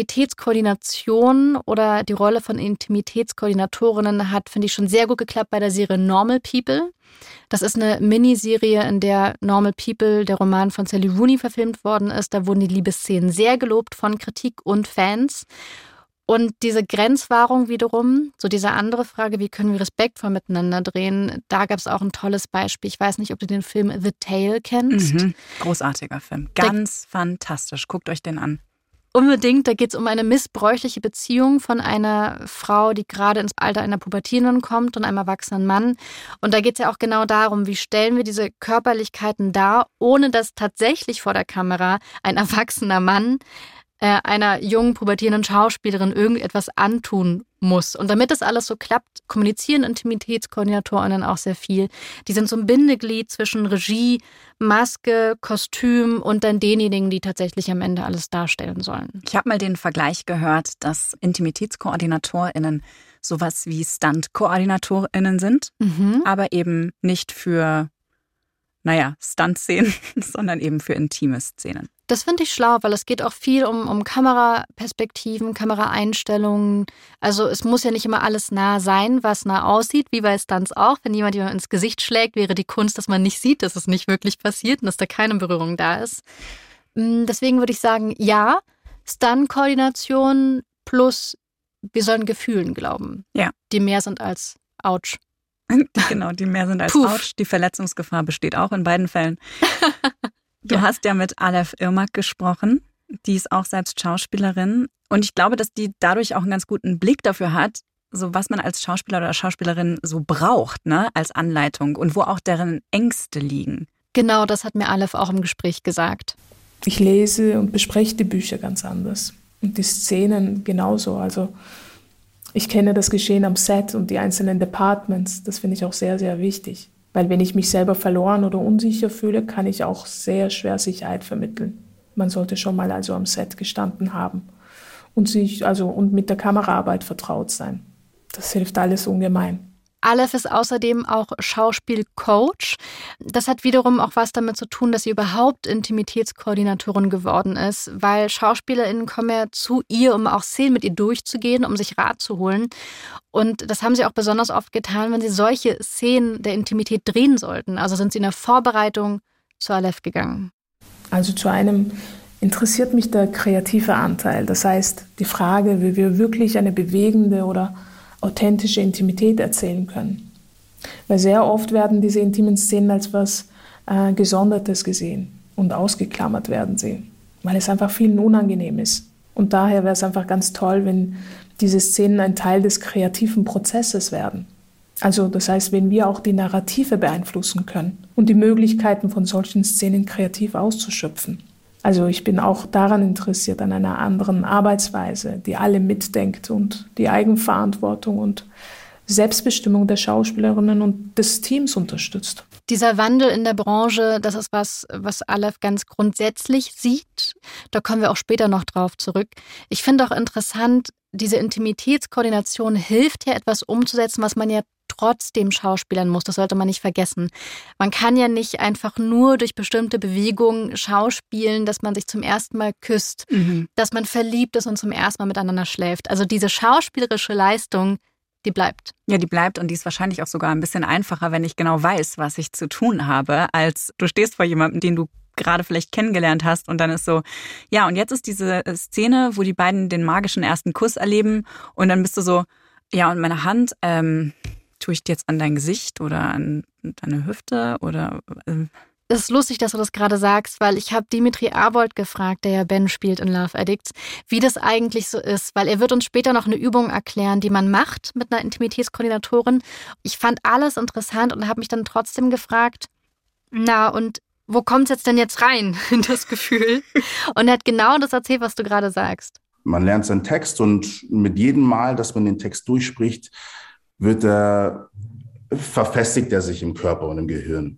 Intimitätskoordination oder die Rolle von Intimitätskoordinatorinnen hat, finde ich, schon sehr gut geklappt bei der Serie Normal People. Das ist eine Miniserie, in der Normal People, der Roman von Sally Rooney, verfilmt worden ist. Da wurden die Liebesszenen sehr gelobt von Kritik und Fans. Und diese Grenzwahrung wiederum, so diese andere Frage, wie können wir respektvoll miteinander drehen, da gab es auch ein tolles Beispiel. Ich weiß nicht, ob du den Film The Tale kennst. Mhm. Großartiger Film, ganz da, fantastisch. Guckt euch den an. Unbedingt, da geht es um eine missbräuchliche Beziehung von einer Frau, die gerade ins Alter einer Pubertierenden kommt und einem erwachsenen Mann. Und da geht es ja auch genau darum, wie stellen wir diese Körperlichkeiten dar, ohne dass tatsächlich vor der Kamera ein erwachsener Mann einer jungen, pubertierenden Schauspielerin irgendetwas antun muss. Und damit das alles so klappt, kommunizieren IntimitätskoordinatorInnen auch sehr viel. Die sind so ein Bindeglied zwischen Regie, Maske, Kostüm und dann denjenigen, die tatsächlich am Ende alles darstellen sollen. Ich habe mal den Vergleich gehört, dass IntimitätskoordinatorInnen sowas wie Stunt-KoordinatorInnen sind, mhm. aber eben nicht für, naja, Stunt-Szenen, sondern eben für intime Szenen. Das finde ich schlau, weil es geht auch viel um, um Kameraperspektiven, Kameraeinstellungen. Also es muss ja nicht immer alles nah sein, was nah aussieht, wie bei Stunts auch. Wenn jemand jemand ins Gesicht schlägt, wäre die Kunst, dass man nicht sieht, dass es nicht wirklich passiert und dass da keine Berührung da ist. Deswegen würde ich sagen, ja, Stunt-Koordination plus wir sollen Gefühlen glauben, ja. die mehr sind als Autsch. Genau, die mehr sind als Puff. Autsch. Die Verletzungsgefahr besteht auch in beiden Fällen. Du ja. hast ja mit Aleph Irmak gesprochen. Die ist auch selbst Schauspielerin. Und ich glaube, dass die dadurch auch einen ganz guten Blick dafür hat, so was man als Schauspieler oder Schauspielerin so braucht, ne, als Anleitung und wo auch deren Ängste liegen. Genau, das hat mir Aleph auch im Gespräch gesagt. Ich lese und bespreche die Bücher ganz anders. Und die Szenen genauso. Also ich kenne das Geschehen am Set und die einzelnen Departments. Das finde ich auch sehr, sehr wichtig. Weil wenn ich mich selber verloren oder unsicher fühle, kann ich auch sehr schwer Sicherheit vermitteln. Man sollte schon mal also am Set gestanden haben und sich also und mit der Kameraarbeit vertraut sein. Das hilft alles ungemein. Aleph ist außerdem auch Schauspielcoach. Das hat wiederum auch was damit zu tun, dass sie überhaupt Intimitätskoordinatorin geworden ist, weil SchauspielerInnen kommen ja zu ihr, um auch Szenen mit ihr durchzugehen, um sich Rat zu holen. Und das haben sie auch besonders oft getan, wenn sie solche Szenen der Intimität drehen sollten. Also sind sie in der Vorbereitung zu Aleph gegangen. Also zu einem interessiert mich der kreative Anteil. Das heißt, die Frage, wie wir wirklich eine bewegende oder authentische Intimität erzählen können. Weil sehr oft werden diese intimen Szenen als was äh, Gesondertes gesehen und ausgeklammert werden sie, weil es einfach vielen unangenehm ist. Und daher wäre es einfach ganz toll, wenn diese Szenen ein Teil des kreativen Prozesses werden. Also das heißt, wenn wir auch die Narrative beeinflussen können und die Möglichkeiten von solchen Szenen kreativ auszuschöpfen. Also ich bin auch daran interessiert, an einer anderen Arbeitsweise, die alle mitdenkt und die Eigenverantwortung und Selbstbestimmung der Schauspielerinnen und des Teams unterstützt. Dieser Wandel in der Branche, das ist was, was Aleph ganz grundsätzlich sieht. Da kommen wir auch später noch drauf zurück. Ich finde auch interessant, diese Intimitätskoordination hilft ja, etwas umzusetzen, was man ja trotzdem schauspielern muss. Das sollte man nicht vergessen. Man kann ja nicht einfach nur durch bestimmte Bewegungen schauspielen, dass man sich zum ersten Mal küsst, mhm. dass man verliebt ist und zum ersten Mal miteinander schläft. Also diese schauspielerische Leistung, die bleibt. Ja, die bleibt und die ist wahrscheinlich auch sogar ein bisschen einfacher, wenn ich genau weiß, was ich zu tun habe, als du stehst vor jemandem, den du gerade vielleicht kennengelernt hast und dann ist so, ja, und jetzt ist diese Szene, wo die beiden den magischen ersten Kuss erleben und dann bist du so, ja, und meine Hand, ähm, tue ich die jetzt an dein Gesicht oder an deine Hüfte oder... Äh, Es ist lustig, dass du das gerade sagst, weil ich habe Dimitri Arbold gefragt, der ja Ben spielt in Love Addicts, wie das eigentlich so ist, weil er wird uns später noch eine Übung erklären, die man macht mit einer Intimitätskoordinatorin. Ich fand alles interessant und habe mich dann trotzdem gefragt, na und wo kommt es jetzt denn jetzt rein in das Gefühl? Und er hat genau das erzählt, was du gerade sagst. Man lernt seinen Text und mit jedem Mal, dass man den Text durchspricht, wird er, verfestigt er sich im Körper und im Gehirn.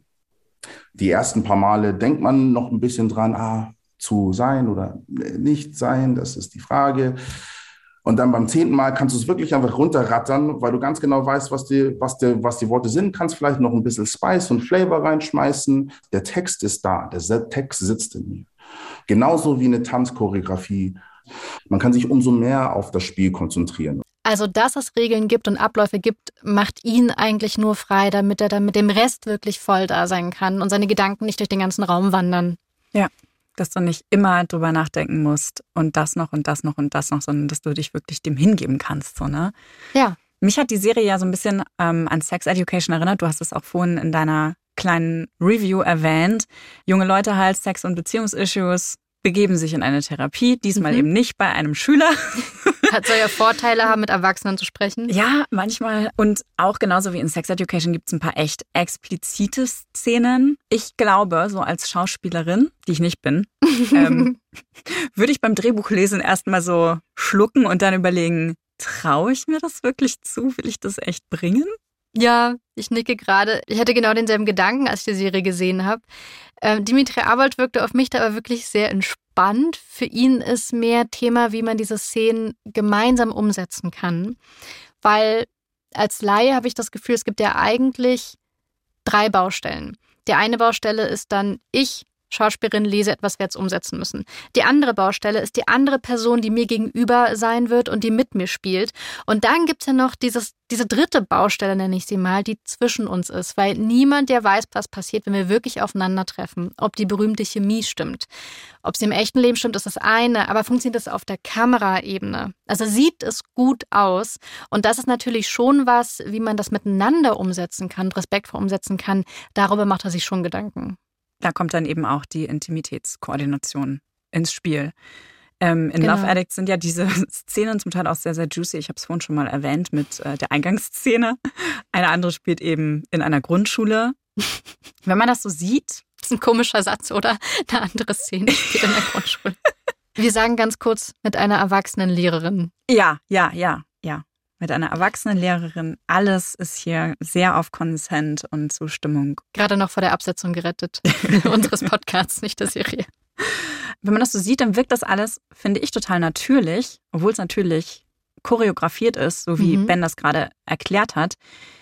Die ersten paar Male denkt man noch ein bisschen dran, ah, zu sein oder nicht sein, das ist die Frage. Und dann beim zehnten Mal kannst du es wirklich einfach runterrattern, weil du ganz genau weißt, was die, was die, was die Worte sind. Kannst vielleicht noch ein bisschen Spice und Flavor reinschmeißen. Der Text ist da, der Text sitzt in mir. Genauso wie eine Tanzchoreografie. Man kann sich umso mehr auf das Spiel konzentrieren. Also, dass es Regeln gibt und Abläufe gibt, macht ihn eigentlich nur frei, damit er dann mit dem Rest wirklich voll da sein kann und seine Gedanken nicht durch den ganzen Raum wandern. Ja, dass du nicht immer drüber nachdenken musst und das noch und das noch und das noch, sondern dass du dich wirklich dem hingeben kannst. So, ne? Ja. Mich hat die Serie ja so ein bisschen ähm, an Sex Education erinnert. Du hast es auch vorhin in deiner kleinen Review erwähnt. Junge Leute halt, Sex- und Beziehungsissues begeben sich in eine Therapie, diesmal mhm. eben nicht bei einem Schüler. Hat soll ja Vorteile haben, mit Erwachsenen zu sprechen. Ja, manchmal. Und auch genauso wie in Sex Education gibt es ein paar echt explizite Szenen. Ich glaube, so als Schauspielerin, die ich nicht bin, ähm, würde ich beim Drehbuchlesen erstmal so schlucken und dann überlegen, traue ich mir das wirklich zu? Will ich das echt bringen? Ja, ich nicke gerade. Ich hatte genau denselben Gedanken, als ich die Serie gesehen habe. Ähm, Dimitri Arbold wirkte auf mich da aber wirklich sehr entspannt. Für ihn ist mehr Thema, wie man diese Szenen gemeinsam umsetzen kann. Weil als Laie habe ich das Gefühl, es gibt ja eigentlich drei Baustellen. Die eine Baustelle ist dann, ich, Schauspielerin, lese etwas, werde es umsetzen müssen. Die andere Baustelle ist die andere Person, die mir gegenüber sein wird und die mit mir spielt. Und dann gibt es ja noch dieses, diese dritte Baustelle, nenne ich sie mal, die zwischen uns ist. Weil niemand, der weiß, was passiert, wenn wir wirklich aufeinandertreffen. Ob die berühmte Chemie stimmt. Ob sie im echten Leben stimmt, ist das eine. Aber funktioniert das auf der Kameraebene? Also sieht es gut aus. Und das ist natürlich schon was, wie man das miteinander umsetzen kann, respektvoll umsetzen kann. Darüber macht er sich schon Gedanken. Da kommt dann eben auch die Intimitätskoordination ins Spiel. Ähm, in Genau. Love Addicts sind ja diese Szenen zum Teil auch sehr, sehr juicy. Ich habe es vorhin schon mal erwähnt mit äh, der Eingangsszene. Eine andere spielt eben in einer Grundschule. Wenn man das so sieht. Das ist ein komischer Satz, oder? Eine andere Szene spielt in der Grundschule. Wir sagen ganz kurz mit einer erwachsenen Lehrerin. Ja, ja, ja, ja. Mit einer erwachsenen Lehrerin. Alles ist hier sehr auf Consent und Zustimmung. Gerade noch vor der Absetzung gerettet. Unseres Podcasts, nicht der Serie. Wenn man das so sieht, dann wirkt das alles, finde ich, total natürlich, obwohl es natürlich choreografiert ist, so wie mhm. Ben das gerade erklärt hat.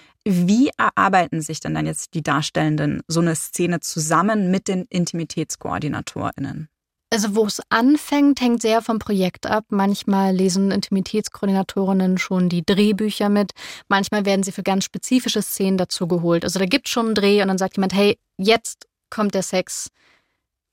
Wie erarbeiten sich denn dann jetzt die Darstellenden so eine Szene zusammen mit den IntimitätskoordinatorInnen? Also wo es anfängt, hängt sehr vom Projekt ab. Manchmal lesen Intimitätskoordinatorinnen schon die Drehbücher mit. Manchmal werden sie für ganz spezifische Szenen dazu geholt. Also da gibt es schon einen Dreh und dann sagt jemand, hey, jetzt kommt der Sex.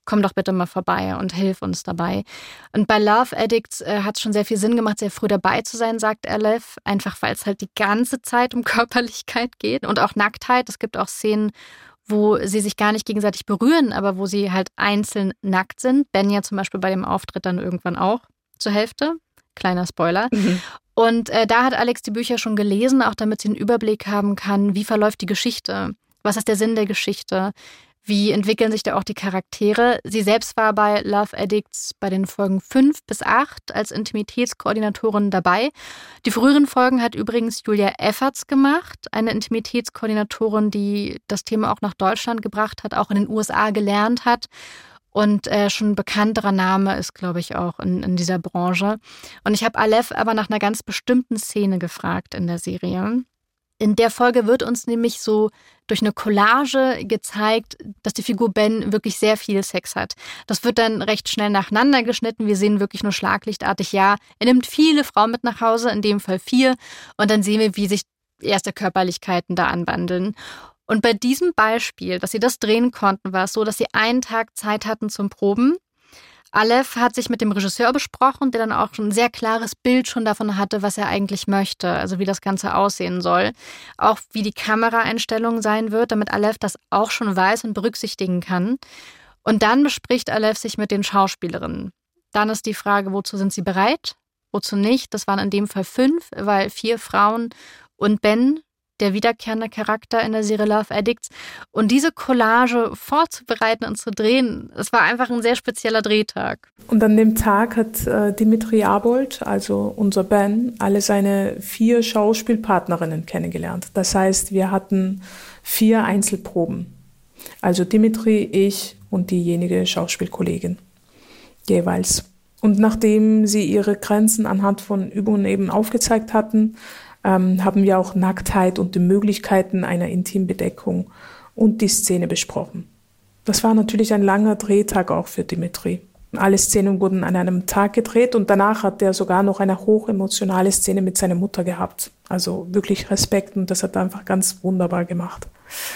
komm doch bitte mal vorbei und hilf uns dabei. Und bei Love Addicts äh, hat es schon sehr viel Sinn gemacht, sehr früh dabei zu sein, sagt Aleph, einfach weil es halt die ganze Zeit um Körperlichkeit geht und auch Nacktheit. Es gibt auch Szenen, wo sie sich gar nicht gegenseitig berühren, aber wo sie halt einzeln nackt sind. Ben ja zum Beispiel bei dem Auftritt dann irgendwann auch zur Hälfte. Kleiner Spoiler. Mhm. Und äh, da hat Alex die Bücher schon gelesen, auch damit sie einen Überblick haben kann, wie verläuft die Geschichte, was ist der Sinn der Geschichte, wie entwickeln sich da auch die Charaktere. Sie selbst war bei Love Addicts bei den Folgen fünf bis acht als Intimitätskoordinatorin dabei. Die früheren Folgen hat übrigens Julia Efferts gemacht, eine Intimitätskoordinatorin, die das Thema auch nach Deutschland gebracht hat, auch in den U S A gelernt hat. Und äh, schon ein bekannterer Name ist, glaube ich, auch in, in dieser Branche. Und ich habe Aleph aber nach einer ganz bestimmten Szene gefragt in der Serie. In der Folge wird uns nämlich so durch eine Collage gezeigt, dass die Figur Ben wirklich sehr viel Sex hat. Das wird dann recht schnell nacheinander geschnitten. Wir sehen wirklich nur schlaglichtartig, ja, er nimmt viele Frauen mit nach Hause, in dem Fall vier. Und dann sehen wir, wie sich erste Körperlichkeiten da anwandeln. Und bei diesem Beispiel, dass sie das drehen konnten, war es so, dass sie einen Tag Zeit hatten zum Proben. Aleph hat sich mit dem Regisseur besprochen, der dann auch schon ein sehr klares Bild schon davon hatte, was er eigentlich möchte, also wie das Ganze aussehen soll. Auch wie die Kameraeinstellung sein wird, damit Aleph das auch schon weiß und berücksichtigen kann. Und dann bespricht Aleph sich mit den Schauspielerinnen. Dann ist die Frage, wozu sind sie bereit, wozu nicht. Das waren in dem Fall fünf, weil vier Frauen und Ben, der wiederkehrende Charakter in der Serie Love Addicts. Und diese Collage vorzubereiten und zu drehen, es war einfach ein sehr spezieller Drehtag. Und an dem Tag hat äh, Dimitri Abold, also unser Ben, alle seine vier Schauspielpartnerinnen kennengelernt. Das heißt, wir hatten vier Einzelproben. Also Dimitri, ich und diejenige Schauspielkollegin jeweils. Und nachdem sie ihre Grenzen anhand von Übungen eben aufgezeigt hatten, Ähm, haben wir auch Nacktheit und die Möglichkeiten einer Intimbedeckung und die Szene besprochen. Das war natürlich ein langer Drehtag auch für Dimitri. Alle Szenen wurden an einem Tag gedreht und danach hat er sogar noch eine hochemotionale Szene mit seiner Mutter gehabt. Also wirklich Respekt und das hat er einfach ganz wunderbar gemacht.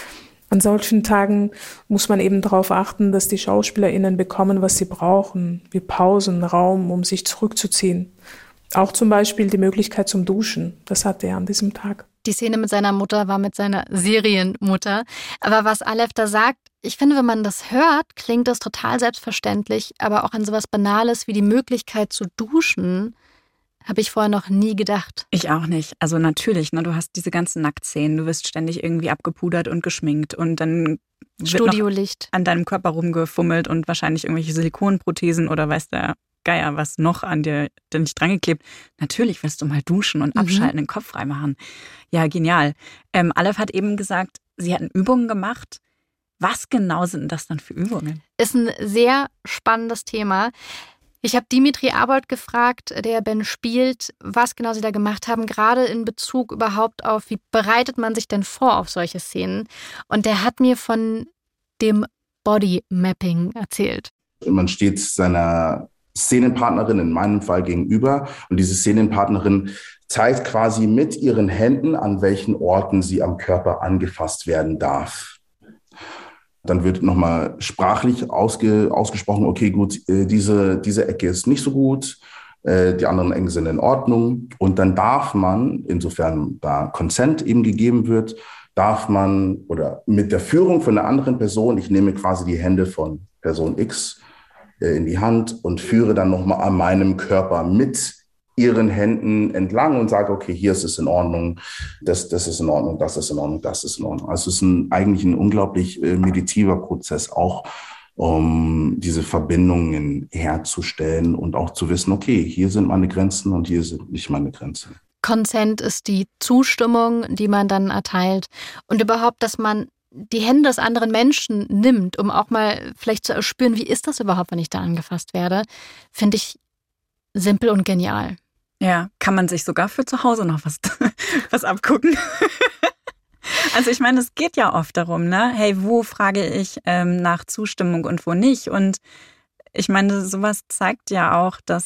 An solchen Tagen muss man eben darauf achten, dass die SchauspielerInnen bekommen, was sie brauchen, wie Pausen, Raum, um sich zurückzuziehen. Auch zum Beispiel die Möglichkeit zum Duschen. Das hatte er an diesem Tag. Die Szene mit seiner Mutter war mit seiner Serienmutter. Aber was Aleph da sagt, ich finde, wenn man das hört, klingt das total selbstverständlich. Aber auch an sowas Banales wie die Möglichkeit zu duschen, habe ich vorher noch nie gedacht. Ich auch nicht. Also natürlich, ne, du hast diese ganzen Nacktszenen. Du wirst ständig irgendwie abgepudert und geschminkt. Und dann wird Studiolicht noch an deinem Körper rumgefummelt und wahrscheinlich irgendwelche Silikonprothesen oder weiß der Geier, was noch an dir denn nicht drangeklebt. Natürlich wirst du mal duschen und abschalten, mhm. den Kopf freimachen. Ja, genial. Ähm, Aleph hat eben gesagt, sie hatten Übungen gemacht. Was genau sind das dann für Übungen? Ist ein sehr spannendes Thema. Ich habe Dimitri Abold gefragt, der Ben spielt, was genau sie da gemacht haben, gerade in Bezug überhaupt auf, wie bereitet man sich denn vor auf solche Szenen? Und der hat mir von dem Body Mapping erzählt. Man steht seiner Szenenpartnerin in meinem Fall gegenüber und diese Szenenpartnerin zeigt quasi mit ihren Händen, an welchen Orten sie am Körper angefasst werden darf. Dann wird nochmal sprachlich ausge, ausgesprochen, okay, gut, diese, diese Ecke ist nicht so gut, die anderen Ecken sind in Ordnung. Und dann darf man, insofern da Consent eben gegeben wird, darf man oder mit der Führung von einer anderen Person, ich nehme quasi die Hände von Person X in die Hand und führe dann nochmal an meinem Körper mit ihren Händen entlang und sage, okay, hier ist es in Ordnung, das, das ist in Ordnung, das ist in Ordnung, das ist in Ordnung. Also es ist ein, eigentlich ein unglaublich äh, meditativer Prozess, auch um diese Verbindungen herzustellen und auch zu wissen, okay, hier sind meine Grenzen und hier sind nicht meine Grenzen. Consent ist die Zustimmung, die man dann erteilt und überhaupt, dass man die Hände des anderen Menschen nimmt, um auch mal vielleicht zu erspüren, wie ist das überhaupt, wenn ich da angefasst werde, finde ich simpel und genial. Ja, kann man sich sogar für zu Hause noch was, was abgucken. Also ich meine, es geht ja oft darum, ne? Hey, wo frage ich ähm, nach Zustimmung und wo nicht? Und ich meine, sowas zeigt ja auch, dass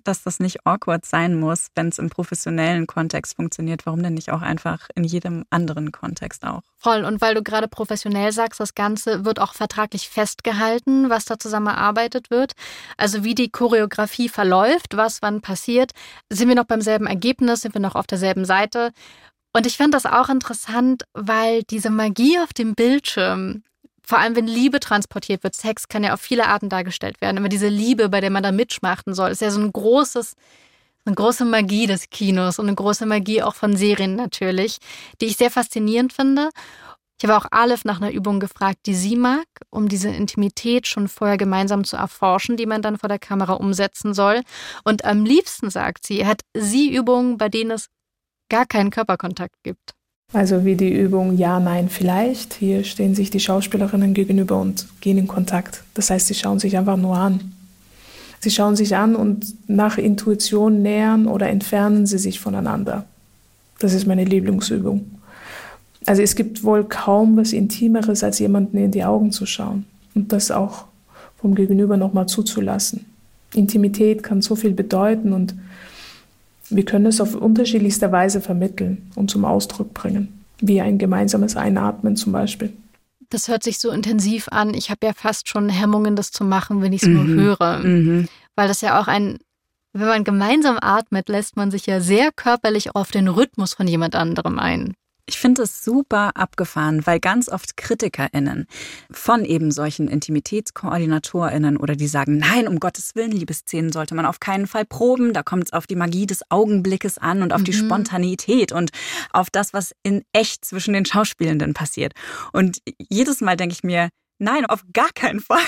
dass das nicht awkward sein muss, wenn es im professionellen Kontext funktioniert. Warum denn nicht auch einfach in jedem anderen Kontext auch? Voll. Und weil du gerade professionell sagst, das Ganze wird auch vertraglich festgehalten, was da zusammen erarbeitet wird. Also wie die Choreografie verläuft, was wann passiert. Sind wir noch beim selben Ergebnis? Sind wir noch auf derselben Seite? Und ich finde das auch interessant, weil diese Magie auf dem Bildschirm, vor allem wenn Liebe transportiert wird, Sex kann ja auf viele Arten dargestellt werden, aber diese Liebe, bei der man da mitschmachten soll, ist ja so ein großes, eine große Magie des Kinos und eine große Magie auch von Serien natürlich, die ich sehr faszinierend finde. Ich habe auch Aleph nach einer Übung gefragt, die sie mag, um diese Intimität schon vorher gemeinsam zu erforschen, die man dann vor der Kamera umsetzen soll. Und am liebsten, sagt sie, hat sie Übungen, bei denen es gar keinen Körperkontakt gibt. Also wie die Übung Ja, Nein, Vielleicht. Hier stehen sich die Schauspielerinnen gegenüber und gehen in Kontakt. Das heißt, sie schauen sich einfach nur an. Sie schauen sich an und nach Intuition nähern oder entfernen sie sich voneinander. Das ist meine Lieblingsübung. Also es gibt wohl kaum was Intimeres, als jemanden in die Augen zu schauen und das auch vom Gegenüber nochmal zuzulassen. Intimität kann so viel bedeuten und wir können es auf unterschiedlichste Weise vermitteln und zum Ausdruck bringen, wie ein gemeinsames Einatmen zum Beispiel. Das hört sich so intensiv an. Ich habe ja fast schon Hemmungen, das zu machen, wenn ich es Mhm. nur höre. Mhm. Weil das ja auch ein, wenn man gemeinsam atmet, lässt man sich ja sehr körperlich auf den Rhythmus von jemand anderem ein. Ich finde es super abgefahren, weil ganz oft KritikerInnen von eben solchen IntimitätskoordinatorInnen oder die sagen, nein, um Gottes Willen, Liebesszenen sollte man auf keinen Fall proben. Da kommt es auf die Magie des Augenblickes an und auf mhm. die Spontanität und auf das, was in echt zwischen den Schauspielenden passiert. Und jedes Mal denke ich mir, nein, auf gar keinen Fall.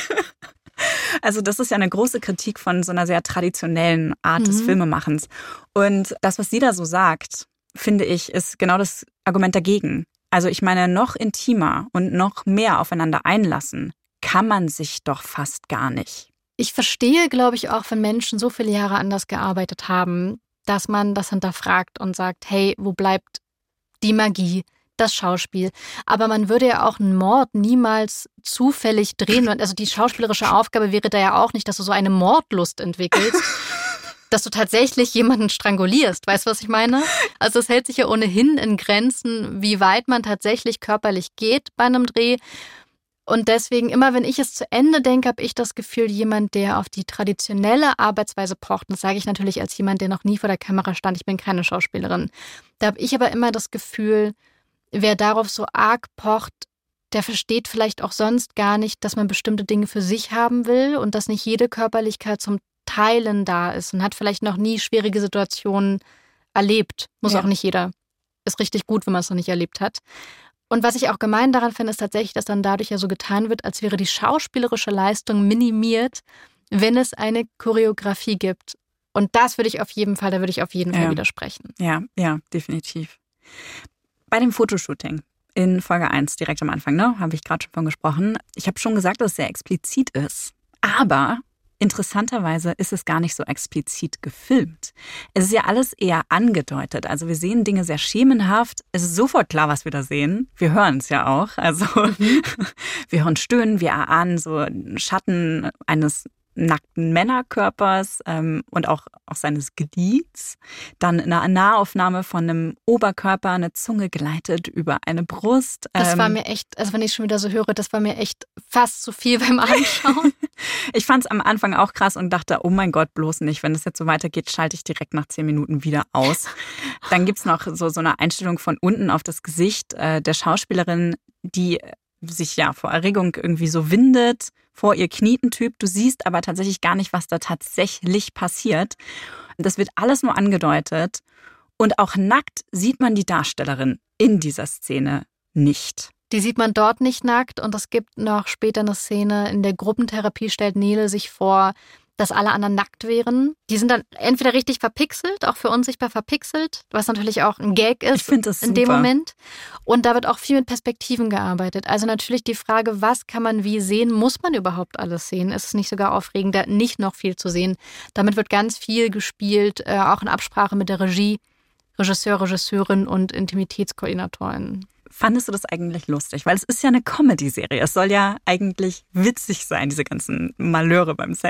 Also das ist ja eine große Kritik von so einer sehr traditionellen Art mhm. des Filmemachens. Und das, was sie da so sagt, finde ich, ist genau das Argument dagegen. Also ich meine, noch intimer und noch mehr aufeinander einlassen kann man sich doch fast gar nicht. Ich verstehe, glaube ich, auch, wenn Menschen so viele Jahre anders gearbeitet haben, dass man das hinterfragt und sagt, hey, wo bleibt die Magie, das Schauspiel? Aber man würde ja auch einen Mord niemals zufällig drehen. Also die schauspielerische Aufgabe wäre da ja auch nicht, dass du so eine Mordlust entwickelst, dass du tatsächlich jemanden strangulierst. Weißt du, was ich meine? Also es hält sich ja ohnehin in Grenzen, wie weit man tatsächlich körperlich geht bei einem Dreh. Und deswegen, immer wenn ich es zu Ende denke, habe ich das Gefühl, jemand, der auf die traditionelle Arbeitsweise pocht, und das sage ich natürlich als jemand, der noch nie vor der Kamera stand, ich bin keine Schauspielerin, da habe ich aber immer das Gefühl, wer darauf so arg pocht, der versteht vielleicht auch sonst gar nicht, dass man bestimmte Dinge für sich haben will und dass nicht jede Körperlichkeit zum Teilen da ist und hat vielleicht noch nie schwierige Situationen erlebt. Muss ja auch nicht jeder. Ist richtig gut, wenn man es noch nicht erlebt hat. Und was ich auch gemein daran finde, ist tatsächlich, dass dann dadurch ja so getan wird, als wäre die schauspielerische Leistung minimiert, wenn es eine Choreografie gibt. Und das würde ich auf jeden Fall, da würde ich auf jeden Fall ja. widersprechen. Ja, ja, definitiv. Bei dem Fotoshooting in Folge eins, direkt am Anfang, ne, habe ich gerade schon von gesprochen. Ich habe schon gesagt, dass es sehr explizit ist. Aber interessanterweise ist es gar nicht so explizit gefilmt. Es ist ja alles eher angedeutet. Also wir sehen Dinge sehr schemenhaft. Es ist sofort klar, was wir da sehen. Wir hören es ja auch. Also mhm. wir hören Stöhnen, wir erahnen so Schatten eines nackten Männerkörpers ähm, und auch, auch seines Glieds. Dann eine Nahaufnahme von einem Oberkörper, eine Zunge gleitet über eine Brust. Das ähm, war mir echt, also wenn ich schon wieder so höre, das war mir echt fast zu viel beim Anschauen. Ich fand es am Anfang auch krass und dachte, oh mein Gott, bloß nicht. Wenn das jetzt so weitergeht, schalte ich direkt nach zehn Minuten wieder aus. Dann gibt's noch so, so eine Einstellung von unten auf das Gesicht äh, der Schauspielerin, die sich ja vor Erregung irgendwie so windet, vor ihr kniet ein Typ. Du siehst aber tatsächlich gar nicht, was da tatsächlich passiert. Das wird alles nur angedeutet. Und auch nackt sieht man die Darstellerin in dieser Szene nicht. Die sieht man dort nicht nackt. Und es gibt noch später eine Szene, in der Gruppentherapie stellt Nele sich vor, dass alle anderen nackt wären. Die sind dann entweder richtig verpixelt, auch für unsichtbar verpixelt, was natürlich auch ein Gag ist ich find das in super. dem Moment. Und da wird auch viel mit Perspektiven gearbeitet. Also natürlich die Frage, was kann man wie sehen? Muss man überhaupt alles sehen? Ist es nicht sogar aufregender, nicht noch viel zu sehen? Damit wird ganz viel gespielt, äh, auch in Absprache mit der Regie, Regisseur, Regisseurin und Intimitätskoordinatorin. Fandest du das eigentlich lustig? Weil es ist ja eine Comedy-Serie. Es soll ja eigentlich witzig sein, diese ganzen Malheure beim Sex.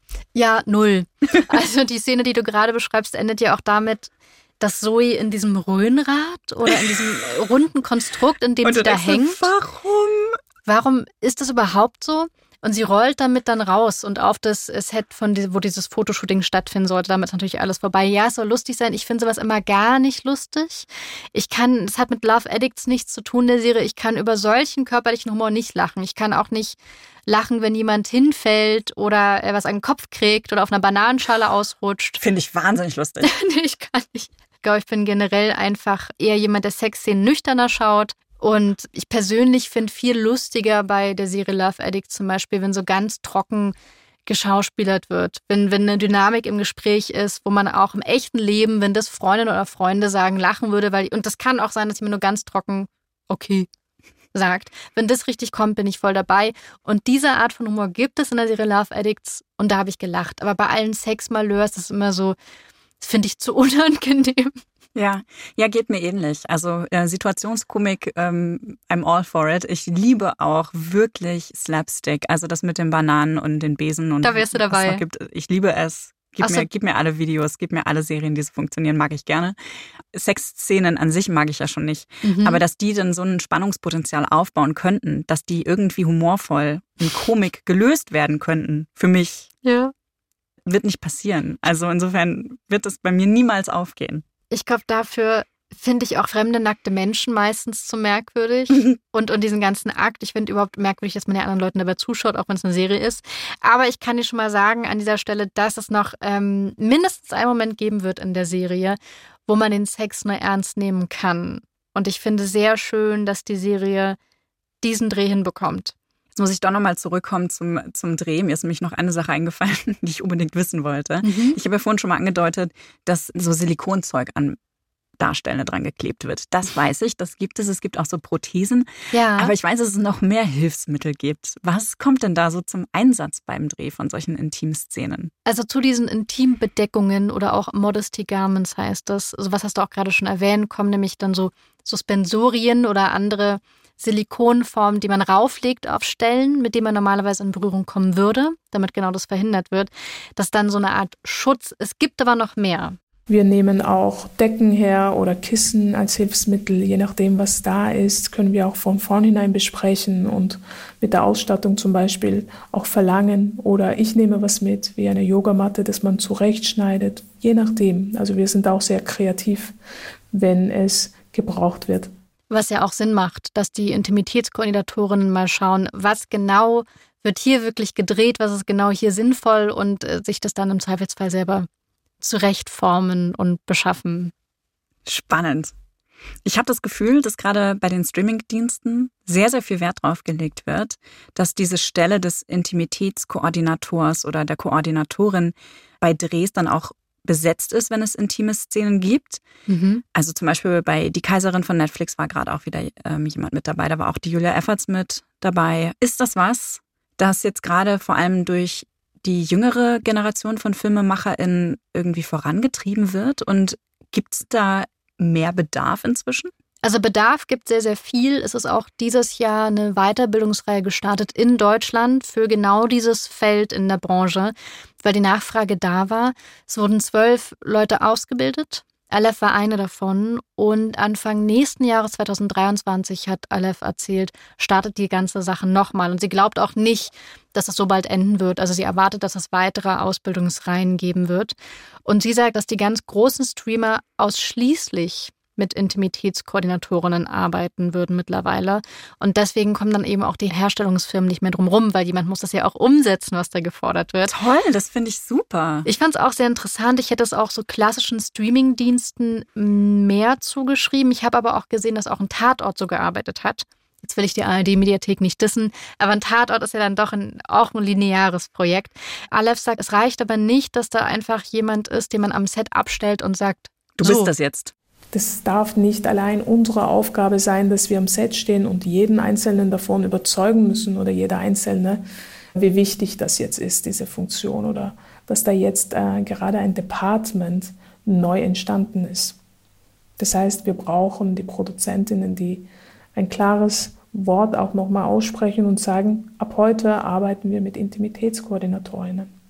Ja, null. Also die Szene, die du gerade beschreibst, endet ja auch damit, dass Zoe in diesem Röhnrad oder in diesem runden Konstrukt, in dem sie da hängt. Warum? Warum ist das überhaupt so? Und sie rollt damit dann raus und auf das Set, von die, wo dieses Fotoshooting stattfinden sollte. Damit ist natürlich alles vorbei. Ja, es soll lustig sein. Ich finde sowas immer gar nicht lustig. Ich kann, es hat mit Love Addicts nichts zu tun, der Serie. Ich kann über solchen körperlichen Humor nicht lachen. Ich kann auch nicht lachen, wenn jemand hinfällt oder er was an den Kopf kriegt oder auf einer Bananenschale ausrutscht. Finde ich wahnsinnig lustig. Nee, ich kann nicht. Ich glaube, ich bin generell einfach eher jemand, der Sexszenen nüchterner schaut. Und ich persönlich finde viel lustiger bei der Serie Love Addict zum Beispiel, wenn so ganz trocken geschauspielert wird. Wenn, wenn eine Dynamik im Gespräch ist, wo man auch im echten Leben, wenn das Freundinnen oder Freunde sagen, lachen würde. weil Und das kann auch sein, dass jemand nur ganz trocken okay sagt. Wenn das richtig kommt, bin ich voll dabei. Und diese Art von Humor gibt es in der Serie Love Addicts und da habe ich gelacht. Aber bei allen Sexmalheurs ist es immer so, das finde ich zu unangenehm. Ja, ja, geht mir ähnlich. Also äh, Situationskomik, ähm, I'm all for it. Ich liebe auch wirklich Slapstick, also das mit den Bananen und den Besen. Und da wärst du dabei. Was es noch gibt. Ich liebe es. Gib mir, gib mir alle Videos, gib mir alle Serien, die so funktionieren, mag ich gerne. Sexszenen an sich mag ich ja schon nicht. Mhm. Aber dass die dann so ein Spannungspotenzial aufbauen könnten, dass die irgendwie humorvoll in Komik gelöst werden könnten, für mich, ja, wird nicht passieren. Also insofern wird es bei mir niemals aufgehen. Ich glaube, dafür finde ich auch fremde, nackte Menschen meistens zu merkwürdig. und, und diesen ganzen Akt, ich finde überhaupt merkwürdig, dass man ja anderen Leuten dabei zuschaut, auch wenn es eine Serie ist. Aber ich kann dir schon mal sagen an dieser Stelle, dass es noch ähm, mindestens einen Moment geben wird in der Serie, wo man den Sex nur ernst nehmen kann. Und ich finde sehr schön, dass die Serie diesen Dreh hinbekommt. Jetzt muss ich doch nochmal zurückkommen zum, zum Dreh. Mir ist nämlich noch eine Sache eingefallen, die ich unbedingt wissen wollte. Mhm. Ich habe ja vorhin schon mal angedeutet, dass so Silikonzeug an Darsteller dran geklebt wird. Das weiß ich, das gibt es. Es gibt auch so Prothesen. Ja. Aber ich weiß, dass es noch mehr Hilfsmittel gibt. Was kommt denn da so zum Einsatz beim Dreh von solchen Intimszenen? Also zu diesen Intimbedeckungen oder auch Modesty Garments heißt das. Also was hast du auch gerade schon erwähnt, kommen nämlich dann so Suspensorien oder andere Silikonformen, die man rauflegt auf Stellen, mit denen man normalerweise in Berührung kommen würde, damit genau das verhindert wird. Das ist dann so eine Art Schutz. Es gibt aber noch mehr. Wir nehmen auch Decken her oder Kissen als Hilfsmittel. Je nachdem, was da ist, können wir auch von vornherein besprechen und mit der Ausstattung zum Beispiel auch verlangen. Oder ich nehme was mit, wie eine Yogamatte, das man zurechtschneidet. Je nachdem. Also wir sind auch sehr kreativ, wenn es gebraucht wird. Was ja auch Sinn macht, dass die Intimitätskoordinatorinnen mal schauen, was genau wird hier wirklich gedreht, was ist genau hier sinnvoll und äh, sich das dann im Zweifelsfall selber zurechtformen und beschaffen. Spannend. Ich habe das Gefühl, dass gerade bei den Streamingdiensten sehr, sehr viel Wert drauf gelegt wird, dass diese Stelle des Intimitätskoordinators oder der Koordinatorin bei Drehs dann auch besetzt ist, wenn es intime Szenen gibt. Mhm. Also zum Beispiel bei Die Kaiserin von Netflix war gerade auch wieder ähm, jemand mit dabei. Da war auch die Julia Efforts mit dabei. Ist das was, das jetzt gerade vor allem durch die jüngere Generation von FilmemacherInnen irgendwie vorangetrieben wird? Und gibt es da mehr Bedarf inzwischen? Also Bedarf gibt sehr, sehr viel. Es ist auch dieses Jahr eine Weiterbildungsreihe gestartet in Deutschland für genau dieses Feld in der Branche, weil die Nachfrage da war. Es wurden zwölf Leute ausgebildet. Aleph war eine davon und Anfang nächsten Jahres zweitausenddreiundzwanzig hat Aleph erzählt, startet die ganze Sache nochmal. Und sie glaubt auch nicht, dass es so bald enden wird. Also sie erwartet, dass es weitere Ausbildungsreihen geben wird. Und sie sagt, dass die ganz großen Streamer ausschließlich mit Intimitätskoordinatorinnen arbeiten würden mittlerweile. Und deswegen kommen dann eben auch die Herstellungsfirmen nicht mehr drum rum, weil jemand muss das ja auch umsetzen, was da gefordert wird. Toll, das finde ich super. Ich fand es auch sehr interessant. Ich hätte es auch so klassischen Streamingdiensten mehr zugeschrieben. Ich habe aber auch gesehen, dass auch ein Tatort so gearbeitet hat. Jetzt will ich die A R D-Mediathek nicht dissen, aber ein Tatort ist ja dann doch ein, auch ein lineares Projekt. Aleph sagt, es reicht aber nicht, dass da einfach jemand ist, den man am Set abstellt und sagt, du so. bist das jetzt. Das darf nicht allein unsere Aufgabe sein, dass wir am Set stehen und jeden Einzelnen davon überzeugen müssen oder jeder Einzelne, wie wichtig das jetzt ist, diese Funktion oder dass da jetzt äh, gerade ein Department neu entstanden ist. Das heißt, wir brauchen die Produzentinnen, die ein klares Wort auch nochmal aussprechen und sagen, ab heute arbeiten wir mit Intimitätskoordinatorinnen.